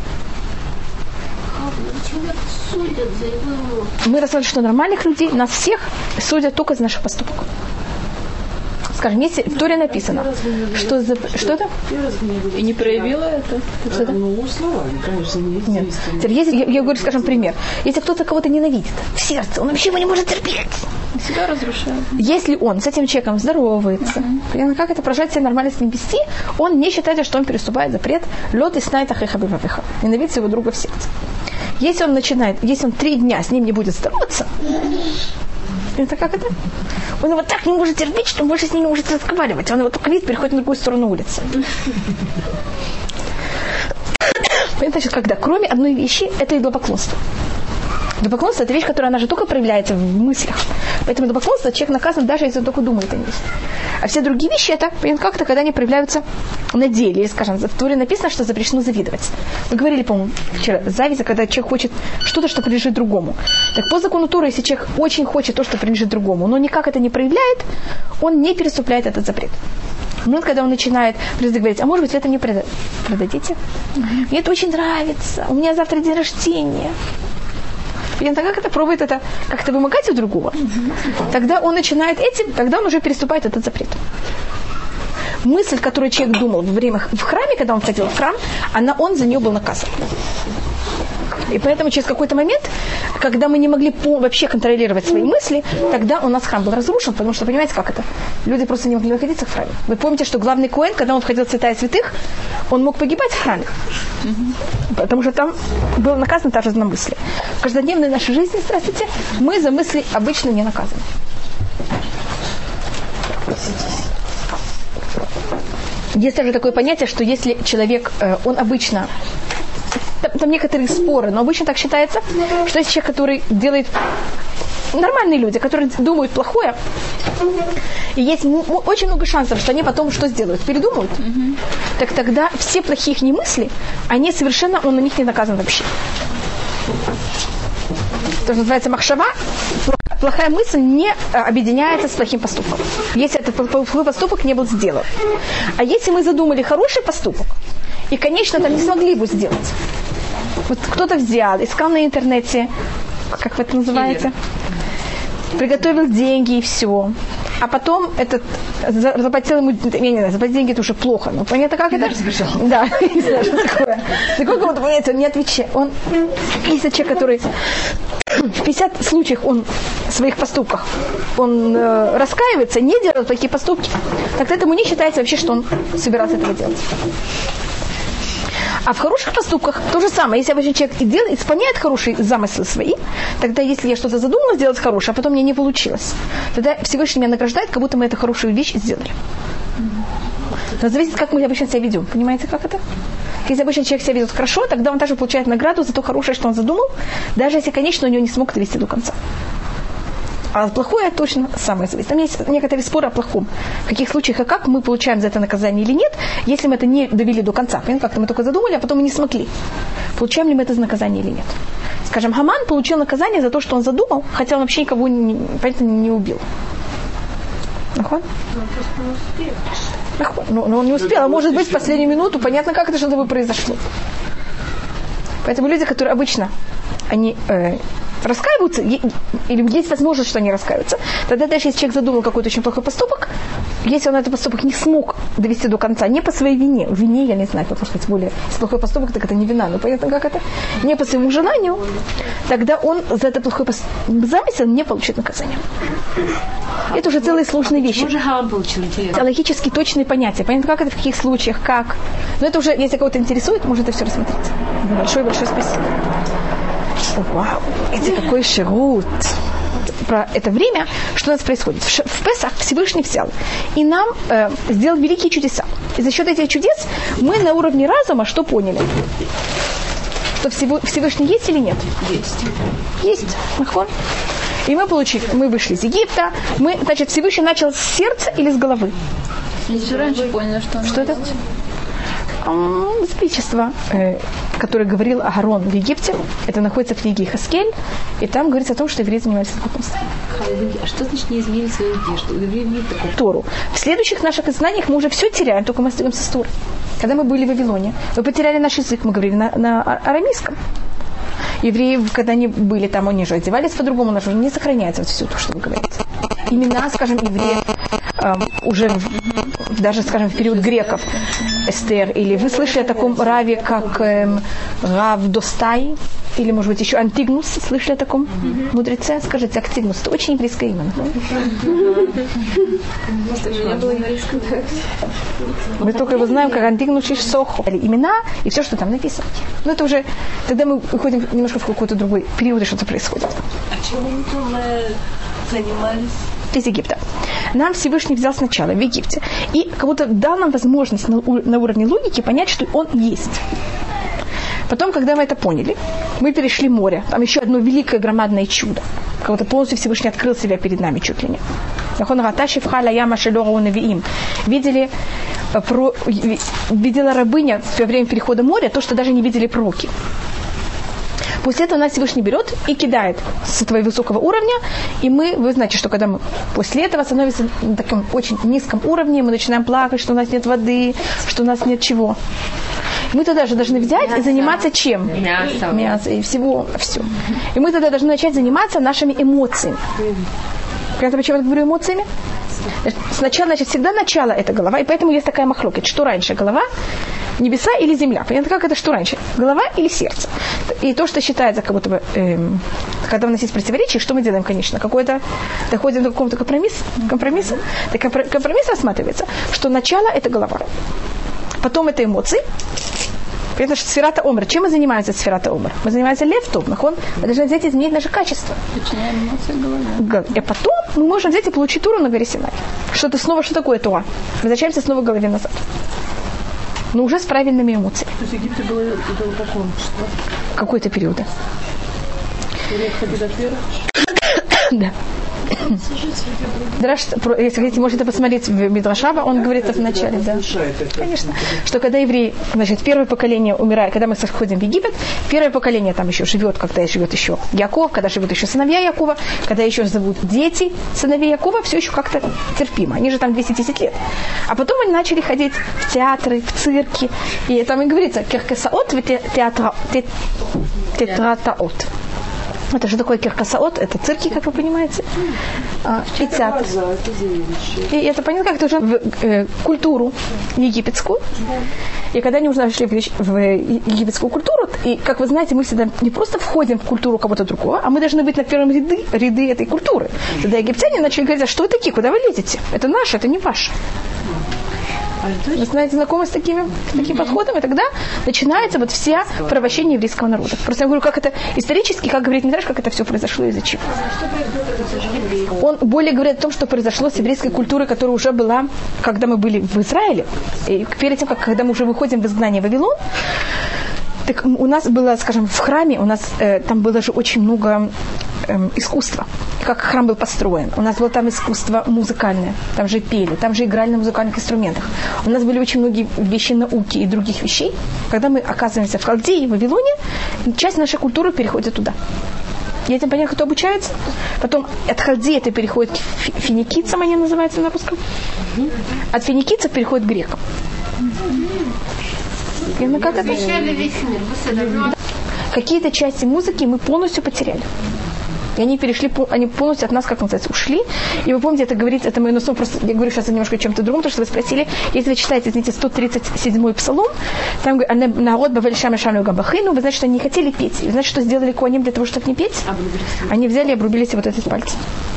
Мы рассказали, что нормальных людей, нас всех судят только за наших поступков. Скажем, если в Торе написано, что за... Что-то?
И не проявила это?
Что-то?
Ну, словами, конечно, не
Нет. Если, я, я говорю, скажем, пример. Если кто-то кого-то ненавидит в сердце, он вообще его не может терпеть.
Себя разрушает.
Если он с этим человеком здоровается, uh-huh. как это прожать себя нормально с ним вести, он не считает, что он переступает запрет лёд и снайт ахеха бивавеха. Ненавидит своего друга в сердце. Если он начинает, если он три дня с ним не будет здороваться, это как это? Он его так не может терпеть, что он больше с ним не может разговаривать. Он его только видит, переходит на другую сторону улицы. Понятно, значит, когда? Кроме одной вещи, это идолопоклонство. Идолопоклонство – это вещь, которая она же только проявляется в мыслях. Поэтому идолопоклонство человек наказан, даже если он только думает о ней. А все другие вещи – это как-то, когда они проявляются на деле. Или, скажем, в Торе написано, что запрещено завидовать. Мы говорили, по-моему, вчера, зависть, когда человек хочет что-то, что принадлежит другому. Так по закону Торы, если человек очень хочет то, что принадлежит другому, но никак это не проявляет, он не переступляет этот запрет. Но когда он начинает говорить, а может быть, вы это мне продадите? Mm-hmm. Мне это очень нравится, у меня завтра день рождения. И он так как это пробует это как-то вымогать у другого. Mm-hmm. Тогда он начинает этим, тогда он уже переступает этот запрет. Мысль, которую человек думал во время в храме, когда он входил в храм, она, он за нее был наказан. И поэтому через какой-то момент, когда мы не могли по- вообще контролировать свои мысли, тогда у нас храм был разрушен, потому что, понимаете, как это? Люди просто не могли находиться в храме. Вы помните, что главный коэн, когда он входил в святая святых, он мог погибать в храме. Mm-hmm. Потому что там был наказан та же за мысли. В каждодневной нашей жизни, здравствуйте, мы за мысли обычно не наказаны. Есть также такое понятие, что если человек, он обычно... Там некоторые споры, но обычно так считается, что есть человек, который делает... Нормальные люди, которые думают плохое, и есть м- очень много шансов, что они потом что сделают? Передумают. Mm-hmm. Так тогда все плохие их мысли, они совершенно, он на них не наказан вообще. То, что называется махшава, плохая мысль не объединяется с плохим поступком, если этот плохой поступок не был сделан. А если мы задумали хороший поступок, и, конечно, там не смогли его сделать. Вот кто-то взял, искал на интернете, как это называется, приготовил деньги и все. А потом этот заплатил ему, я не знаю, заплатить деньги это уже плохо, но понятно, как это? Разбежал. Да, не знаю, что такое. Такой кого-то, понимаете, он не отвечает. Он, если человек, который в пятьдесят случаях он в своих поступках, он э, раскаивается, не делает такие поступки, тогда этому не считается вообще, что он собирался этого делать. А в хороших поступках то же самое. Если обычный человек и делает, исполняет хорошие замыслы свои, тогда если я что-то задумала сделать хорошее, а потом мне не получилось, тогда Всевышний меня награждает, как будто мы эту хорошую вещь сделали. Но зависит, как мы обычно себя ведем. Понимаете, как это? Если обычно человек себя ведет хорошо, тогда он также получает награду за то хорошее, что он задумал, даже если, конечно, у него не смог довести до конца. А плохое точно самое зависит. Там есть некоторые споры о плохом. В каких случаях и как мы получаем за это наказание или нет, если мы это не довели до конца. Понимаете, как-то мы только задумали, а потом мы не смогли. Получаем ли мы это за наказание или нет. Скажем, Хаман получил наказание за то, что он задумал, хотя он вообще никого не, понятно, не убил. Нахон? Но, но он не успел, а может быть в последнюю минуту, понятно, как это что-то бы произошло. Поэтому люди, которые обычно, они... Э, раскаиваются, или есть возможность, что они раскаиваются, тогда даже если человек задумал какой-то очень плохой поступок, если он этот поступок не смог довести до конца, не по своей вине, вине, я не знаю, как можно сказать, более, если плохой поступок, так это не вина, но понятно, как это, не по своему желанию, тогда он за этот плохой замысел не получит наказание. Это уже целые сложные вещи. Это логически точные понятия. Понятно, как это, в каких случаях, как. Но это уже, если кого-то интересует, может это все рассмотреть. Большое-большое спасибо. Вау, это какой шерут. Про это время, что у нас происходит. В, в Песах Всевышний взял и нам э, сделал великие чудеса. И за счет этих чудес мы на уровне разума что поняли? Что Всевышний есть или нет? Есть. Есть. Нахон. И мы получили, мы вышли из Египта, мы, значит, Всевышний начал с сердца или с головы?
Еще раньше поняли, что он
Что это? Спичество, э, которое говорил Аарон в Египте, это находится в книге Хаскель, и там говорится о том, что евреи занимались идолопоклонством.
А что значит не изменить свою одежду? У евреев нет такого.
Тору. В следующих наших знаниях мы уже все теряем, только мы остаемся с Торой. Когда мы были в Вавилоне, мы потеряли наш язык, мы говорили на, на арамейском. Евреи, когда они были там, они же одевались по-другому, у нас уже не сохраняется вот все то, что вы говорите. Имена, скажем, евреев э, уже в, даже, скажем, в период греков, Эстер, или вы слышали о таком раве, как э, Рав Достай, или, может быть, еще Антигнус, слышали о таком mm-hmm. мудреце? Скажите, Антигнус, это очень еврейское имя. Мы только его знаем, как Антигнус Иш Сохо. Имена и все, что там написано. Но это уже, тогда мы уходим немножко в какой-то другой период, и что-то происходит.
А чего мы там занимались?
Из Египта. Нам Всевышний взял сначала в Египте и как будто дал нам возможность на, на уровне логики понять, что он есть. Потом, когда мы это поняли, Мы перешли море. Там еще одно великое громадное чудо. Как будто полностью Всевышний открыл себя перед нами чуть ли не. Видели, про, видела рабыня во время перехода моря то, что даже не видели пророки. После этого нас Всевышний берет и кидает с этого высокого уровня, и мы, вы знаете, что когда мы после этого становимся на таком очень низком уровне, мы начинаем плакать, что у нас нет воды, что у нас нет чего. Мы тогда же должны взять мясо. И заниматься чем?
Мясо.
Мясо и всего, все. И мы тогда должны начать заниматься нашими эмоциями. Понятно, почему я говорю эмоциями? Сначала, значит, всегда начало это голова, и поэтому есть такая махлокет. Что раньше, голова, небеса или земля? Понятно, как это, что раньше? Голова или сердце? И то, что считается, как будто бы, эм, когда у нас есть противоречие, что мы делаем, конечно? Какое-то, доходим до какого-то компромисса, компромисса, так компромисс рассматривается, что начало это голова. Потом это эмоции. Понятно, что сферата омра. Чем мы занимаемся сферата омра? Мы занимаемся лев-топ. Мы должны взять и изменить наше качество. И потом мы можем взять и получить Тору на горе Синай. Что-то снова, что такое Тора? Возвращаемся снова к голове назад. Но уже с правильными эмоциями.
То есть в Египте было в каком числе?
Какой-то период. Да. Драш, если хотите, можете посмотреть в Мидрашава, он говорит это в начале, да. Конечно. Что когда евреи, значит, первое поколение умирает, когда мы сходим в Египет, первое поколение там еще живет, когда живет еще Яков, когда живут еще сыновья Якова, когда еще зовут дети сыновей Якова, все еще как-то терпимо. Они же там двести десять лет. А потом они начали ходить в театры, в цирки. И там и говорится, киркасаот, театра, тетратаот. Это же такое киркасаот, это цирки, как вы понимаете, а, и театр. И это понятно, как это уже в э, культуру египетскую. И когда они уже вошли в, в египетскую культуру, и, как вы знаете, мы всегда не просто входим в культуру кого-то другого, а мы должны быть на первом ряды, ряды этой культуры. Тогда египтяне начали говорить, а что вы такие, куда вы лезете? Это наше, это не ваше. Вы знаете, знакомы с такими, с таким подходом, и тогда начинается вот вся порабощение еврейского народа. Просто я говорю, как это исторически, как говорит Мидраш, как это все произошло, из-за чего. Он более говорит о том, что произошло с еврейской культурой, которая уже была, когда мы были в Израиле, и перед тем, как когда мы уже выходим в изгнание в Вавилон. Так у нас было, скажем, в храме, у нас э, там было же очень много э, искусства, как храм был построен. У нас было там искусство музыкальное, там же пели, там же играли на музыкальных инструментах. У нас были очень многие вещи науки и других вещей. Когда мы оказываемся в Халдее, в Вавилоне, часть нашей культуры переходит туда. И этим понятно, кто обучается. Потом от Халдеи это переходит к финикийцам, они называются на русском. От финикийцев переходит к грекам. И мы как это... Какие-то части музыки мы полностью потеряли. И они перешли, они полностью от нас, как называется, ушли. И вы помните, это говорится, это мы, ну, просто, я говорю сейчас немножко о чем-то другом, то, что вы спросили. Если вы читаете, извините, сто тридцать седьмой псалом, там говорит, народ бавали шам и шам и габахину, вы знаете, что они не хотели петь. Вы знаете, что сделали коаним для того, чтобы не петь? Они взяли и обрубили себе вот этот пальцы.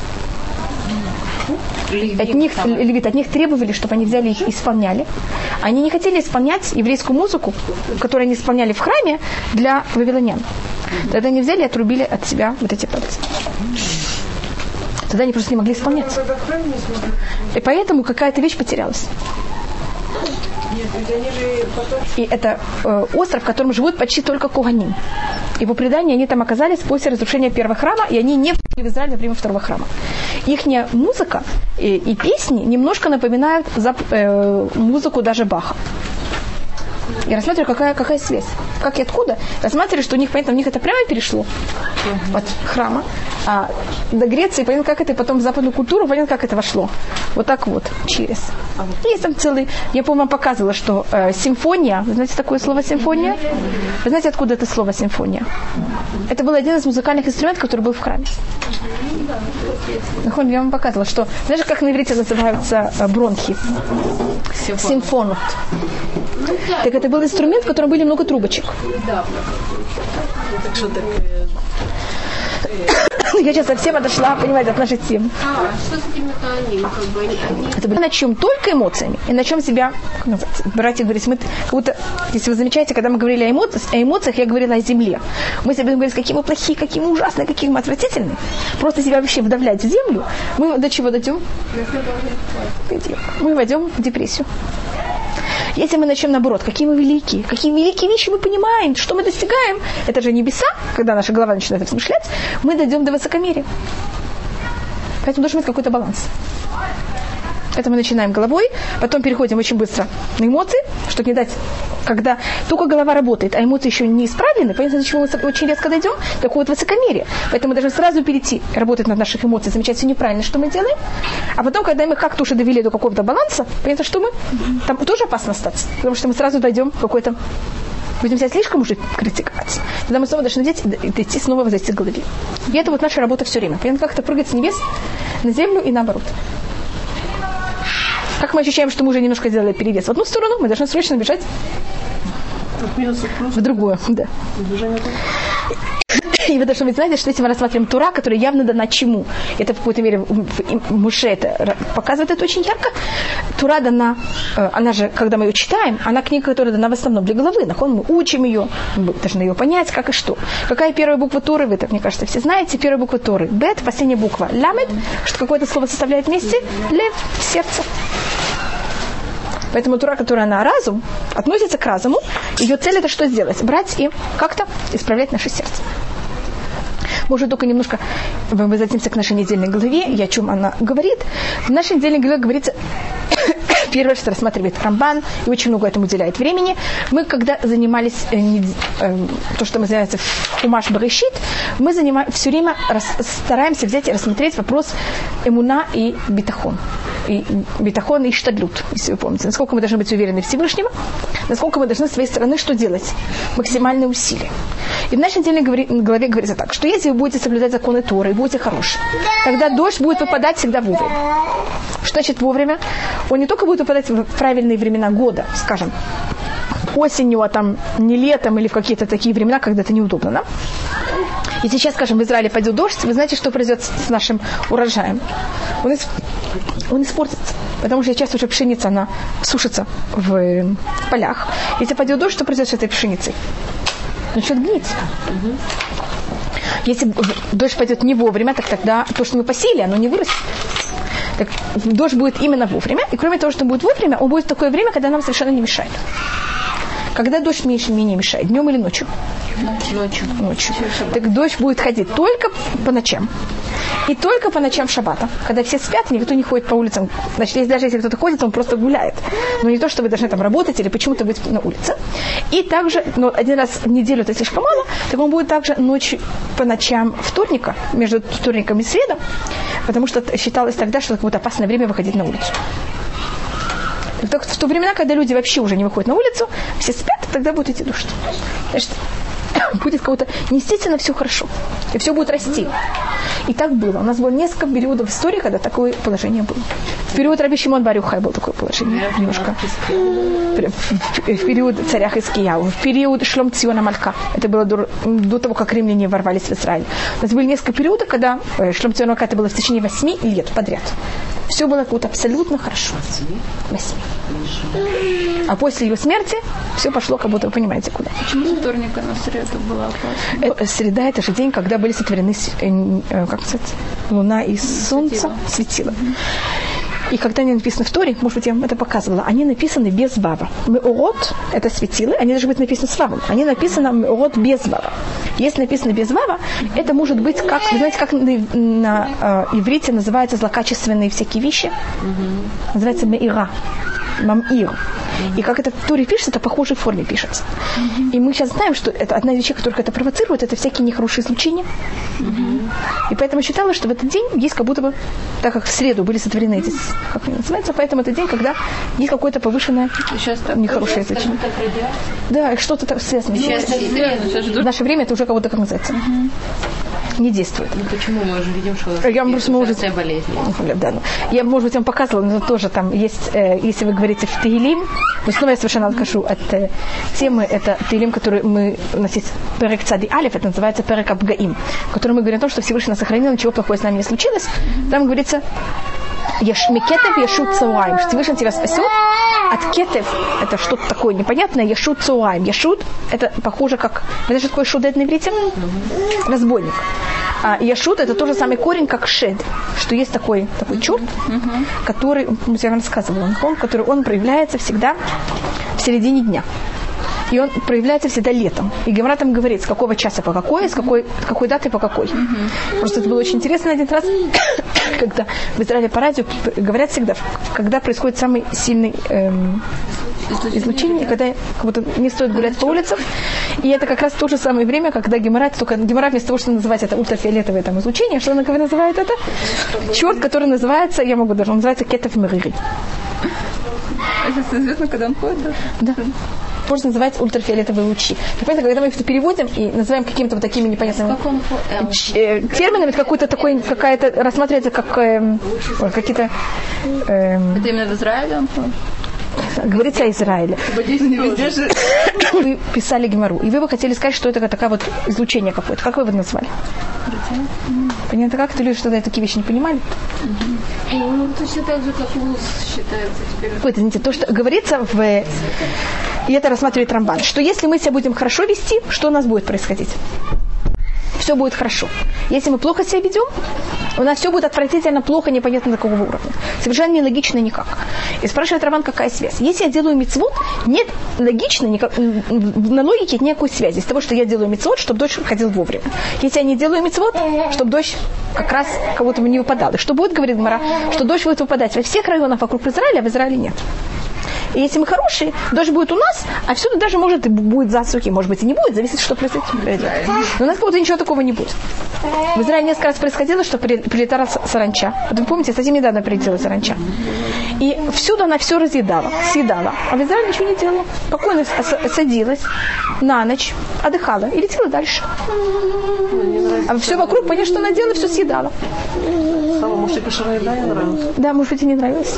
От них, левит, от них требовали, чтобы они взяли их и исполняли. Они не хотели исполнять еврейскую музыку, которую они исполняли в храме для вавилонян. Тогда они взяли и отрубили от себя вот эти пальцы. Тогда они просто не могли исполнять. И поэтому какая-то вещь потерялась. И это э, остров, в котором живут почти только коганим. И по преданию они там оказались после разрушения первого храма, и они не пришли в Израиль во время второго храма. Ихняя музыка и, и песни немножко напоминают зап, э, музыку даже Баха. Я рассматриваю, какая, какая связь. Как и откуда. Рассматриваю, что у них, понятно, у них это прямо перешло от храма. А до Греции, понятно, как это, и потом в западную культуру, понятно, как это вошло. Вот так вот, через. Есть там целый... Я, по-моему, вам показывала, что э, симфония... Вы знаете такое слово симфония? Вы знаете, откуда это слово симфония? Это был один из музыкальных инструментов, который был в храме. Я вам показывала, что... Знаешь, как на иврите называются э, бронхи? Симфонут. Так это был инструмент, в котором были много трубочек.
Да. Так что так...
Я сейчас совсем отошла, понимаете, от нашей темы.
А, что с этими коаним?
Это было на чем только эмоциями. И на чем себя, братья говорят, мы как будто, если вы замечаете, когда мы говорили о эмоциях, о эмоциях, я говорила о земле. Мы себе говорили, какие мы плохие, какие мы ужасные, какие мы отвратительные. Просто себя вообще вдавлять в землю. Мы до чего дойдем? Мы войдем в депрессию. Если мы начнем наоборот, какие мы великие, какие великие вещи мы понимаем, что мы достигаем, это же небеса, когда наша голова начинает размышлять, мы дойдем до высокомерия. Поэтому должен быть какой-то баланс. Это мы начинаем головой, потом переходим очень быстро на эмоции, чтобы не дать, когда только голова работает, а эмоции еще не исправлены, понятно, до чего мы очень резко дойдем, до какого-то высокомерия. Поэтому мы должны сразу перейти, работать над наших эмоциями, замечать все неправильно, что мы делаем. А потом, когда мы как-то уже довели до какого-то баланса, понятно, что мы, там тоже опасно остаться, потому что мы сразу дойдем в какой-то, будем себя слишком уже критиковать. Тогда мы снова должны идти снова возвести к голове. И это вот наша работа все время. Понятно, как-то прыгать с небес на землю и наоборот. Как мы ощущаем, что мы уже немножко сделали перевес в одну сторону, мы должны срочно бежать в другую. Да. И вы должны быть, знаете, что если мы рассматриваем Тура, которая явно дана чему, это в какой-то мере в Моше это показывает это очень ярко. Тура дана, она же, когда мы ее читаем, она книга, которая дана в основном для головы. Нахон мы учим ее, мы должны ее понять, как и что. Какая первая буква Торы, вы это, мне кажется, все знаете. Первая буква Торы, Бет, последняя буква Ламед, что какое-то слово составляет вместе, Лев, сердце. Поэтому Тура, которая на разум, относится к разуму, ее цель это что сделать? Брать и как-то исправлять наше сердце. Мы уже только немножко возвратимся к нашей недельной главе, и о чем она говорит. В нашей недельной главе говорится, первое, что рассматривает Рамбан, и очень много этому уделяет времени. Мы, когда занимались, э, не, э, то, что мы занимаемся в Хумаш Берешит, мы занимаем, все время рас, стараемся взять и рассмотреть вопрос эмуна и битахон. И битахон и штадлют, если вы помните. Насколько мы должны быть уверены в Всевышнего, насколько мы должны с своей стороны что делать? Максимальные усилия. И в нашей недельной главе говорится так, что если вы будете соблюдать законы Торы и будете хороши, тогда дождь будет выпадать всегда вовремя. Что значит вовремя? Он не только будет выпадать в правильные времена года, скажем, осенью, а там не летом или в какие-то такие времена, когда это неудобно, да? И сейчас, скажем, в Израиле пойдет дождь, вы знаете, что произойдет с нашим урожаем? Он, исп... Он испортится, потому что сейчас уже пшеница, она сушится в полях. Если пойдет дождь, что произойдет с этой пшеницей? Начнет гнить. Если дождь пойдет не вовремя, так тогда то, что мы посеяли, оно не вырастет. Так, дождь будет именно вовремя, и кроме того, что он будет вовремя, он будет в такое время, когда нам совершенно не мешает. Когда дождь меньше, менее мешает, днем или ночью?
Ночью.
Ночью. Так дождь будет ходить только по ночам. И только по ночам шаббата. Когда все спят, никто не ходит по улицам. Значит, если, даже если кто-то ходит, он просто гуляет. Но не то, что вы должны там работать или почему-то быть на улице. И также, ну, один раз в неделю это слишком мало, так он будет также ночью по ночам вторника, между вторником и средом, потому что считалось тогда, что это какое-то опасное время выходить на улицу. Так, в то времена, когда люди вообще уже не выходят на улицу, все спят, тогда будет идти дождь. Значит, будет кого-то естественно все хорошо. И все будет расти. И так было. У нас было несколько периодов в истории, когда такое положение было. В период Раби Шимон бар Йохай было такое положение. Немножко. В период царя Хискияу. В период Шлом Циона Малька. Это было до, до того, как римляне ворвались в Израиль. У нас были несколько периодов, когда Шлом Циона Малька это было в течение восьми лет подряд. Все было как-то абсолютно хорошо. Восьми. А после его смерти все пошло, как будто вы понимаете, куда.
Почему со вторника на среду была опасна?
Среда – это же день, когда были сотворены, как сказать, луна и солнце, светило. И когда они написаны в Торе, может быть, я вам это показывала, они написаны без вава. Меорот – это светилы, они должны быть написаны с вавом. Они написаны меорот без вава. Если написано без вава, это может быть, как, вы знаете, как на, на э, иврите называются злокачественные всякие вещи? Mm-hmm. Называется меира, мамир. И как это в Торе пишется, это в похожей форме пишется. Mm-hmm. И мы сейчас знаем, что это одна из вещей, которых это провоцирует, это всякие нехорошие излучения. Mm-hmm. И поэтому считалось, что в этот день есть как будто бы, так как в среду были сотворены эти, как они называются, поэтому это день, когда есть какое-то повышенное нехорошее излучение. Да, и что-то там связано. В наше время это уже как будто, как называется, mm-hmm. не действует.
Ну почему? Мы уже видим, что
я, может, может,
болезнь.
Да, ну, я, может быть, вам показывала, но тоже там есть, э, если вы говорите в Теилим, но снова я совершенно откажу от э, темы, это Теилим, который мы, у нас есть Перек Цади Алиф, это называется Перек Абгаим, в котором мы говорим о том, что Всевышний нас сохранил, ничего плохого с нами не случилось. Там говорится, Микетев Яшут Цауаим, Всевышний тебя спасет. От кетев, это что-то такое непонятное, Яшут Цауаим. Яшут, это похоже как, вы знаете, что такое шудет на иврите? Разбойник. А яшут, это тот же самый корень, как шед, что есть такой, такой черт, который, я вам рассказывала, он, который он проявляется всегда середине дня. И он проявляется всегда летом. И Гемара там говорит, с какого часа по какой, с какой, с какой даты по какой. Mm-hmm. Просто это было очень интересно один раз, когда в Израиле по радио говорят всегда, когда происходит самый сильный эм, излучение, да? Когда как будто не стоит гулять по улицам. И это как раз то же самое время, когда Гемара, только Гемара вместо того, чтобы называть это ультрафиолетовое там, излучение, что она называет это? Черт, который называется, я могу даже, он называется кетов мерири.
Это известно, когда он ходит?
Да. Можно называть ультрафиолетовые лучи. Понятно, когда мы их переводим и называем какими-то вот такими непонятными э, терминами, какой-то такой, какая-то, рассматривается как э, какие-то... Э,
это именно в Израиле он ходит?
Говорится о Израиле. Вы писали Гемару, и вы бы хотели сказать, что это такое вот излучение какое-то. Как вы его назвали? Понятно, как? Ты люди что-то такие вещи не понимали?
Ну, точно так же, как луз считается теперь.
Ой, извините, то, что говорится в... И это рассматривает Рамбан, что если мы себя будем хорошо вести, что у нас будет происходить? Все будет хорошо. Если мы плохо себя ведем, у нас все будет отвратительно, плохо, непонятно до какого уровня. Совершенно нелогично никак. И спрашивает Рамбан, какая связь. Если я делаю мицвот, нет логично, никак, на логике нет никакой связи с того, что я делаю мицвот, чтобы дождь ходил вовремя. Если я не делаю мицвот, чтобы дождь как раз кого-то не выпадал. И что будет, говорит Гемара, что дождь будет выпадать во всех районах вокруг Израиля, а в Израиле нет. И если мы хорошие, дождь будет у нас, а всюду даже, может, и будет засухи, может быть, и не будет, зависит, что произойдет. Но у нас как будто ничего такого не будет. В Израиле несколько раз происходило, что прилетала саранча. Вот вы помните, совсем недавно прилетела саранча. И всюду она все разъедала, съедала. А в Израиле ничего не делала. Спокойно садилась на ночь, отдыхала и летела дальше. А все вокруг, понятно, что она делала, все съедала.
Может, и кошерная еда ей нравилась?
Да, может быть, и не нравилось.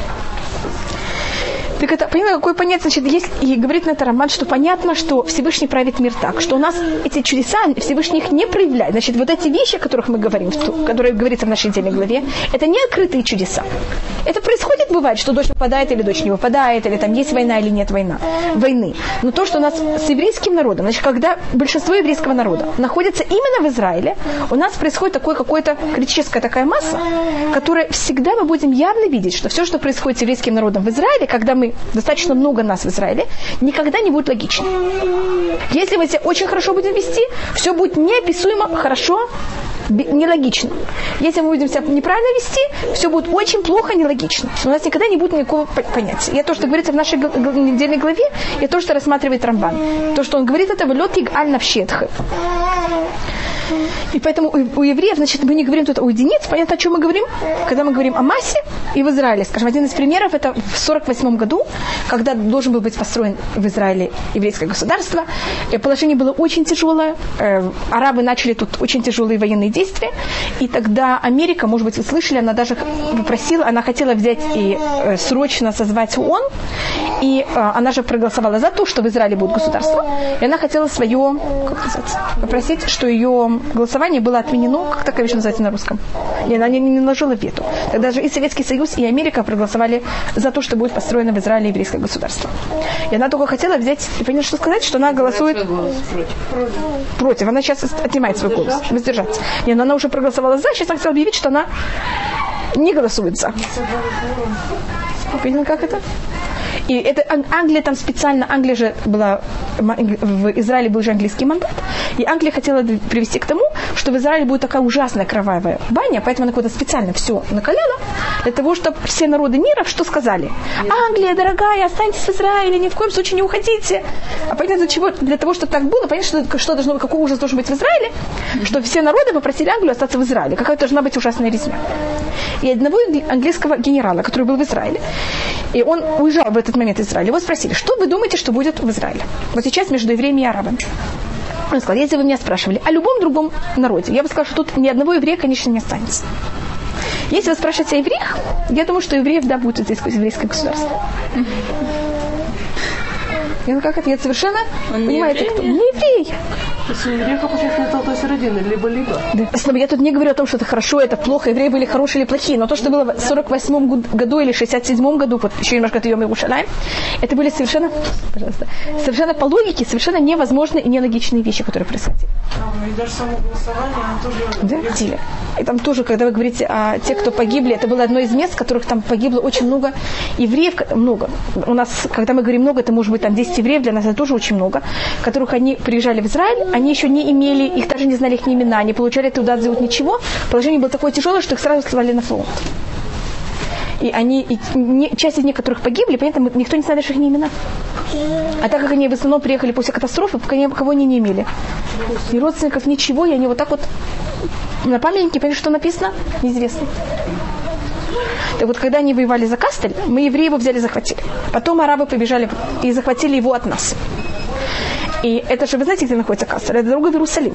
Так это, понятно, какое понятие, значит, есть, и говорит на это Рамбан, что понятно, что Всевышний правит мир так, что у нас эти чудеса, Всевышний их не проявляет. Значит, вот эти вещи, о которых мы говорим, которые говорится в нашей недельной главе, это не открытые чудеса. Это происходит, бывает, что дождь выпадает или дождь не выпадает, или там есть война или нет война, войны. Но то, что у нас с еврейским народом, значит, когда большинство еврейского народа находится именно в Израиле, у нас происходит такое какое-то критическая такая масса, которая всегда мы будем явно видеть, что все, что происходит с еврейским народом в Израиле, когда мы достаточно много нас в Израиле, никогда не будет логично. Если мы себя очень хорошо будем вести, все будет неописуемо хорошо, нелогично. Если мы будем себя неправильно вести, все будет очень плохо, нелогично. У нас никогда не будет никакого понятия. И то, что говорится в нашей недельной главе, и то, что рассматривает Рамбан. То, что он говорит, это «Велотиг аль-навшетх». И поэтому у евреев, значит, мы не говорим тут о единице, понятно, о чем мы говорим, когда мы говорим о массе и в Израиле. Скажем, один из примеров, это в сорок восьмом году, когда должен был быть построен в Израиле еврейское государство. Положение было очень тяжелое, арабы начали тут очень тяжелые военные действия, и тогда Америка, может быть, вы слышали, она даже попросила, она хотела взять и срочно созвать ООН, и она же проголосовала за то, что в Израиле будет государство, и она хотела свое, как называется, попросить, что ее голосование было отменено, как такая вещь называется на русском. И она не, не наложила вето. Тогда же и Советский Союз, и Америка проголосовали за то, что будет построено в Израиле еврейское государство. И она только хотела взять, и поняла, что сказать, что она голосует против. против. Она сейчас отнимает свой голос, воздержаться. И она уже проголосовала за, сейчас она хотела объявить, что она не голосует за. Поняли, как это? И это Англия там специально, Англия же была, в Израиле был же английский мандат, и Англия хотела привести к тому, что в Израиле будет такая ужасная кровавая баня, поэтому она куда-то специально все накаляла, для того, чтобы все народы мира что сказали? Англия, дорогая, останьтесь в Израиле, ни в коем случае не уходите. А понятно, для чего? Для того, чтобы так было, понятно, что, что должно, какой ужас должен быть в Израиле, что все народы попросили Англию остаться в Израиле. Какая должна быть ужасная резня. И одного английского генерала, который был в Израиле, и он уезжал в этот момент из Израиля, его спросили, что вы думаете, что будет в Израиле? Вот сейчас между евреями и арабами. Он сказал, если вы меня спрашивали о любом другом народе, я бы сказала, что тут ни одного еврея, конечно, не останется. Если вы спрашиваете о евреях, я думаю, что евреев, да, будет здесь еврейское государство. Я ну как это? Я совершенно,
он
понимаете,
не
кто? Не еврей.
То есть у евреев, получается, нет золотой середины, либо-либо.
Да. Я тут не говорю о том, что это хорошо, это плохо, евреи были хорошие или плохие, но то, что было в сорок восьмом году или шестьдесят седьмом году, вот еще немножко от Йом Иерушалаим, это были совершенно, пожалуйста, совершенно по логике, совершенно невозможные и нелогичные вещи, которые происходили.
А, и даже само голосование, оно тоже...
Да, Тиля. И там тоже, когда вы говорите о тех, кто погибли, это было одно из мест, в которых там погибло очень много евреев, много. У нас, когда мы говорим много, это может быть там десять евреев, для нас это тоже очень много, которых они приезжали в Израиль, они еще не имели, их даже не знали их ни имена, не получали туда зовут ничего, положение было такое тяжелое, что их сразу слали на фронт. И они, и не, часть из некоторых погибли, понятно, никто не знает даже их ни имена. А так как они в основном приехали после катастрофы, кого они не имели. Ни родственников, ничего, и они вот так вот на памятнике, понимаете, что написано? Неизвестно. Так вот, когда они воевали за Кастель, мы евреи его взяли и захватили. Потом арабы побежали и захватили его от нас. И это же, вы знаете, где находится Кастель? Это дорога в Иерусалим.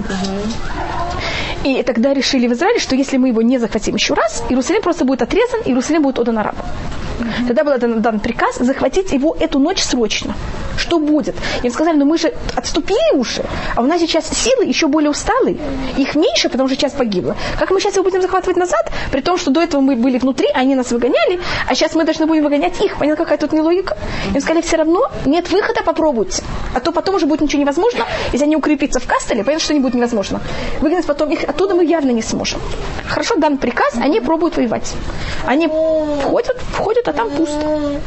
И тогда решили в Израиле, что если мы его не захватим еще раз, Иерусалим просто будет отрезан, и Иерусалим будет отдан арабам. Mm-hmm. Тогда был дан, дан приказ захватить его эту ночь срочно. Что будет? Им сказали, ну мы же отступили уже, а у нас сейчас силы еще более усталые, их меньше, потому что часть погибла. Как мы сейчас его будем захватывать назад, при том, что до этого мы были внутри, они нас выгоняли, а сейчас мы должны будем выгонять их. Понятно, какая тут нелогика? Им сказали, все равно нет выхода, попробуйте. А то потом уже будет ничего невозможно, если они укрепятся в Кастеле, понятно, что не будет невозможно. Выгнать потом их оттуда мы явно не сможем. Хорошо, дан приказ, они пробуют воевать. Они входят, входят, а там пусто.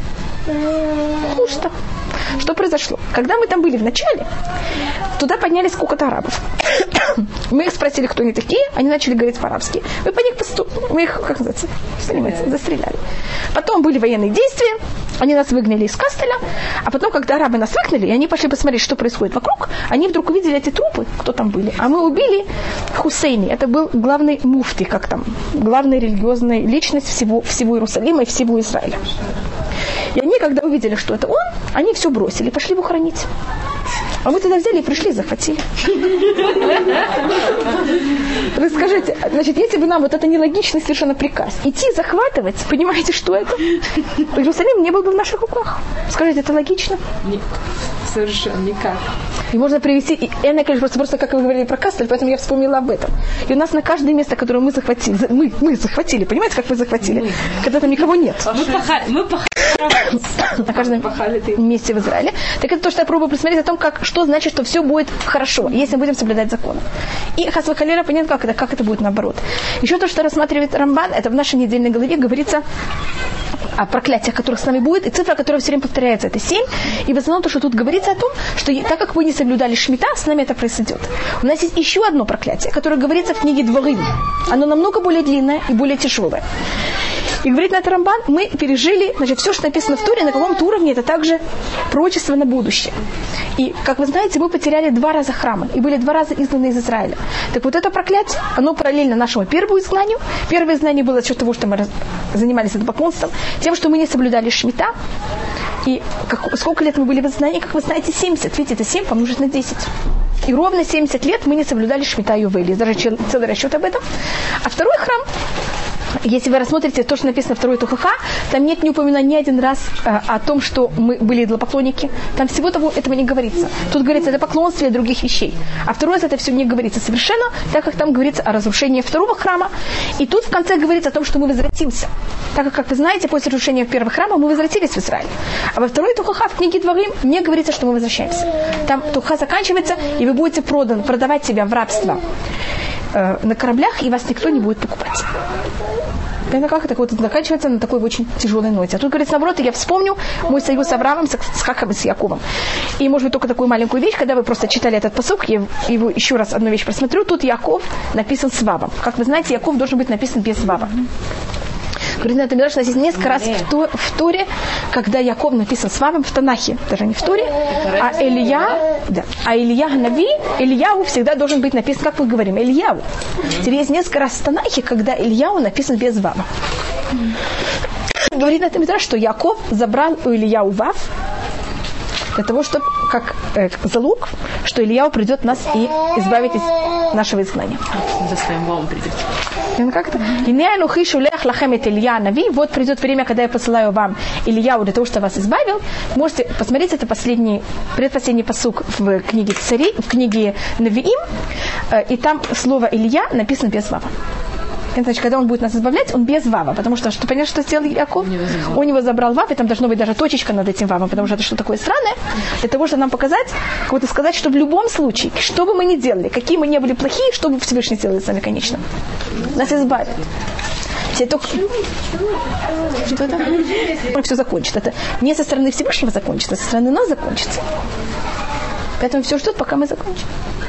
Пусто. Что произошло? Когда мы там были в начале, туда поднялись сколько-то арабов. Мы их спросили, кто они такие, они начали говорить по-арабски. Мы по них посту... мы их, как называется, застреляли. Потом были военные действия, они нас выгнали из Кастеля, а потом, когда арабы нас выгнали, и они пошли посмотреть, что происходит вокруг, они вдруг увидели эти трупы, кто там были, а мы убили Хусейни. Это был главный муфти, как там, главная религиозная личность всего, всего Иерусалима и всего Израиля. И они, когда увидели, что это он, они все бросили, пошли его хоронить. А мы тогда взяли и пришли, захватили. Расскажите, значит, если бы нам вот это нелогичный совершенно приказ, идти захватывать, понимаете, что это? Иерусалим не был бы в наших руках. Скажите, это логично?
Нет, совершенно никак.
И можно привести, и это, конечно, просто, просто как вы говорили про Кастель, поэтому я вспомнила об этом. И у нас на каждое место, которое мы захватили, мы, мы захватили, понимаете, как мы захватили? Мы. Когда там никого нет.
Мы пахали, мы пахали.
На каждом месте в Израиле. Так это то, что я пробую посмотреть о том, как, что значит, что все будет хорошо, если мы будем соблюдать законы. И хас вахалеля, понятно, как это, как это будет наоборот. Еще то, что рассматривает Рамбан, это в нашей недельной главе говорится о проклятиях, которых с нами будет, и цифра, которая все время повторяется, это семь. И в основном то, что тут говорится о том, что так как вы не соблюдали шмита, с нами это произойдет. У нас есть еще одно проклятие, которое говорится в книге Дворим. Оно намного более длинное и более тяжелое. И говорит на это Рамбан, мы пережили, значит, все, что написано в Торе, на каком-то уровне, это также пророчество на будущее. И, как вы знаете, мы потеряли два раза храмы и были два раза изгнаны из Израиля. Так вот это проклятие, оно параллельно нашему первому изгнанию. Первое изгнание было за счет того, что мы раз... занимались идолопоклонством, тем, что мы не соблюдали шмита. И как... сколько лет мы были в изгнании, как вы знаете, семьдесят. Видите, это семь помножить на десять. И ровно семьдесят лет мы не соблюдали шмита и ювели. Даже целый расчет об этом. А второй храм, если вы рассмотрите то, что написано второй Тухаха, там нет ни упоминания ни один раз а, о том, что мы были идолопоклонники. Там всего того этого не говорится. Тут говорится о поклонстве и других вещей. А второй раз это все не говорится совершенно, так как там говорится о разрушении второго храма. И тут в конце говорится о том, что мы возвратимся. Так как, как вы знаете, после разрушения первого храма мы возвратились в Израиль. А во второй Тухаха в книге Дворим не говорится, что мы возвращаемся. Там Туха заканчивается, и вы будете проданы, продавать себя в рабство э, на кораблях, и вас никто не будет покупать. Понятно, как это вот заканчивается на такой очень тяжелой ноте. А тут говорится наоборот, и я вспомню мой союз с Авраамом, с Исхаком и с Яковом. И, может быть, только такую маленькую вещь, когда вы просто читали этот пасук, я его еще раз одну вещь просмотрю, тут Яков написан с вавом. Как вы знаете, Яков должен быть написан без вава. Говорит, на этом Мидраше, у нас есть несколько раз в, то, в Торе, когда Яков написан с вавом, в Танахе, даже не в Торе, а Илья, да, а Илья Нави, Ильяу всегда должен быть написан, как мы говорим, Ильяу. Теперь есть несколько раз в Танахе, когда Ильяу написан без вава. Говорит на этом Мидраше, что Яков забрал у Ильяу вав, для того, чтобы, как э, залог, что Ильяу придет нас и избавит из нашего изгнания.
За своим вавом придет.
Как-то. Вот придет время, когда я посылаю вам Ильяу для того, чтобы вас избавил. Можете посмотреть, это последний, предпоследний пасук в книге Царей, в книге Навиим, и там слово Илья написано без вава. Это значит, когда он будет нас избавлять, он без вава, потому что, что понятно, что сделал Яков? У него забрал вав, и там должна быть даже точечка над этим вавом, потому что это что такое странное, для того, чтобы нам показать, как-то сказать, что в любом случае, что бы мы ни делали, какие мы ни были плохие, что бы Всевышний сделал с нами, конечно, нас избавит. Все только... Что это? Все закончится. Это не со стороны Всевышнего закончится, а со стороны нас закончится. Поэтому все ждут, пока мы закончим.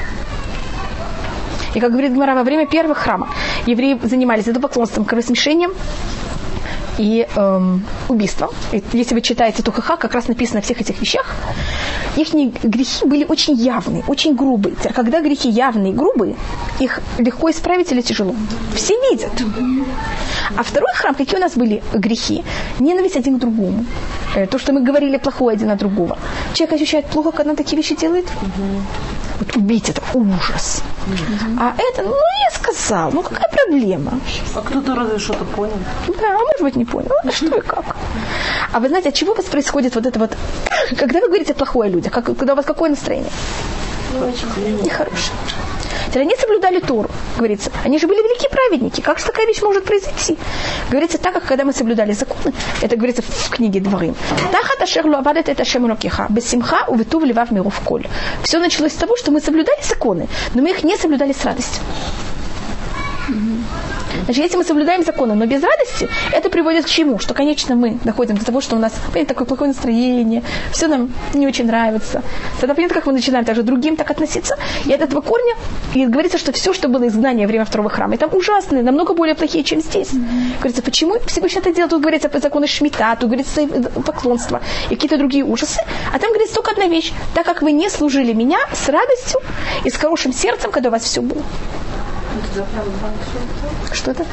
И, как говорит Гемара, во время первых храмов евреи занимались идолопоклонством, кровосмешением и эм, убийством. И если вы читаете Тухаха, как раз написано о всех этих вещах, их грехи были очень явные, очень грубые. Когда грехи явные и грубые, их легко исправить или тяжело. Все видят. А второй храм, какие у нас были грехи? Ненависть один к другому. То, что мы говорили плохое один от другого. Человек ощущает плохо, когда он такие вещи делает. Вот убить это ужас. Mm-hmm. А это, ну я сказал, ну какая проблема?
А кто-то разве что-то понял?
Да, а может быть не понял. А что и как? А вы знаете, от чего у вас происходит вот это вот, когда вы говорите плохое о людях, как, когда у вас какое настроение? Нехорошее. Они соблюдали Тору, говорится. Они же были великие праведники. Как же такая вещь может произойти? Говорится так, как когда мы соблюдали законы. Это говорится в книге Дворим. Все началось с того, что мы соблюдали законы, но мы их не соблюдали с радостью. Значит, если мы соблюдаем законы, но без радости, это приводит к чему? Что, конечно, мы доходим до того, что у нас, понятно, такое плохое настроение, все нам не очень нравится. Тогда, понятно, как мы начинаем также другим так относиться. И от этого корня и говорится, что все, что было изгнание во время второго храма, это ужасные, намного более плохие, чем здесь. Mm-hmm. Говорится, почему Всевышний это делал? Тут говорится по закону Шмита, тут говорится поклонство и какие-то другие ужасы. А там говорится только одна вещь. Так как вы не служили меня с радостью и с хорошим сердцем, когда у вас все было. Что это?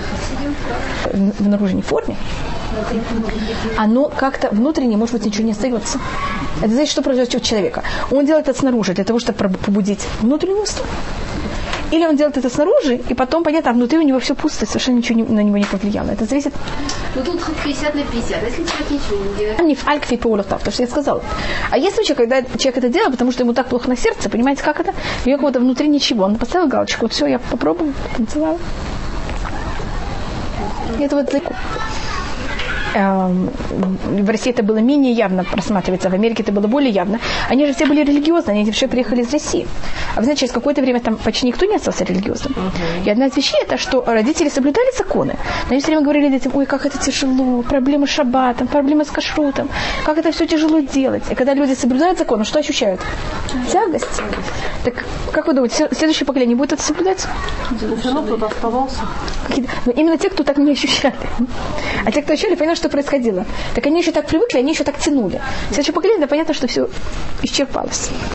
В наружной форме. Оно как-то внутренне, может быть, ничего не остается. Это значит, что произойдет у человека. Он делает это снаружи, для того, чтобы побудить внутреннюю сторону. Или он делает это снаружи, и потом, понятно, а внутри у него все пусто, совершенно ничего на него не повлияло. Это зависит...
Ну тут пятьдесят на пятьдесят, если человек ничего не делает.
Не в альк фипоулахтав, то, что я сказала. А есть случаи, когда человек это делает, потому что ему так плохо на сердце, понимаете, как это? У него кого-то внутри ничего. Он поставил галочку, вот все, я попробую, потанцевала. И это вот... В России это было менее явно просматривается, в Америке это было более явно. Они же все были религиозны, они все приехали из России. А вы знаете, через какое-то время там почти никто не остался религиозным. Uh-huh. И одна из вещей это, что родители соблюдали законы. Но они все время говорили детям, ой, как это тяжело, проблемы с шаббатом, проблемы с кашрутом, как это все тяжело делать. И когда люди соблюдают законы, что ощущают? Тягость. Так, как вы думаете, следующее поколение будет это соблюдать?
Все равно кто-то оставался.
Но именно те, кто так не ощущали. А те, кто ощущали, поняли, что происходило. Так они еще так привыкли, они еще так тянули. Следующее поколение, да, понятно, что все исчерпалось.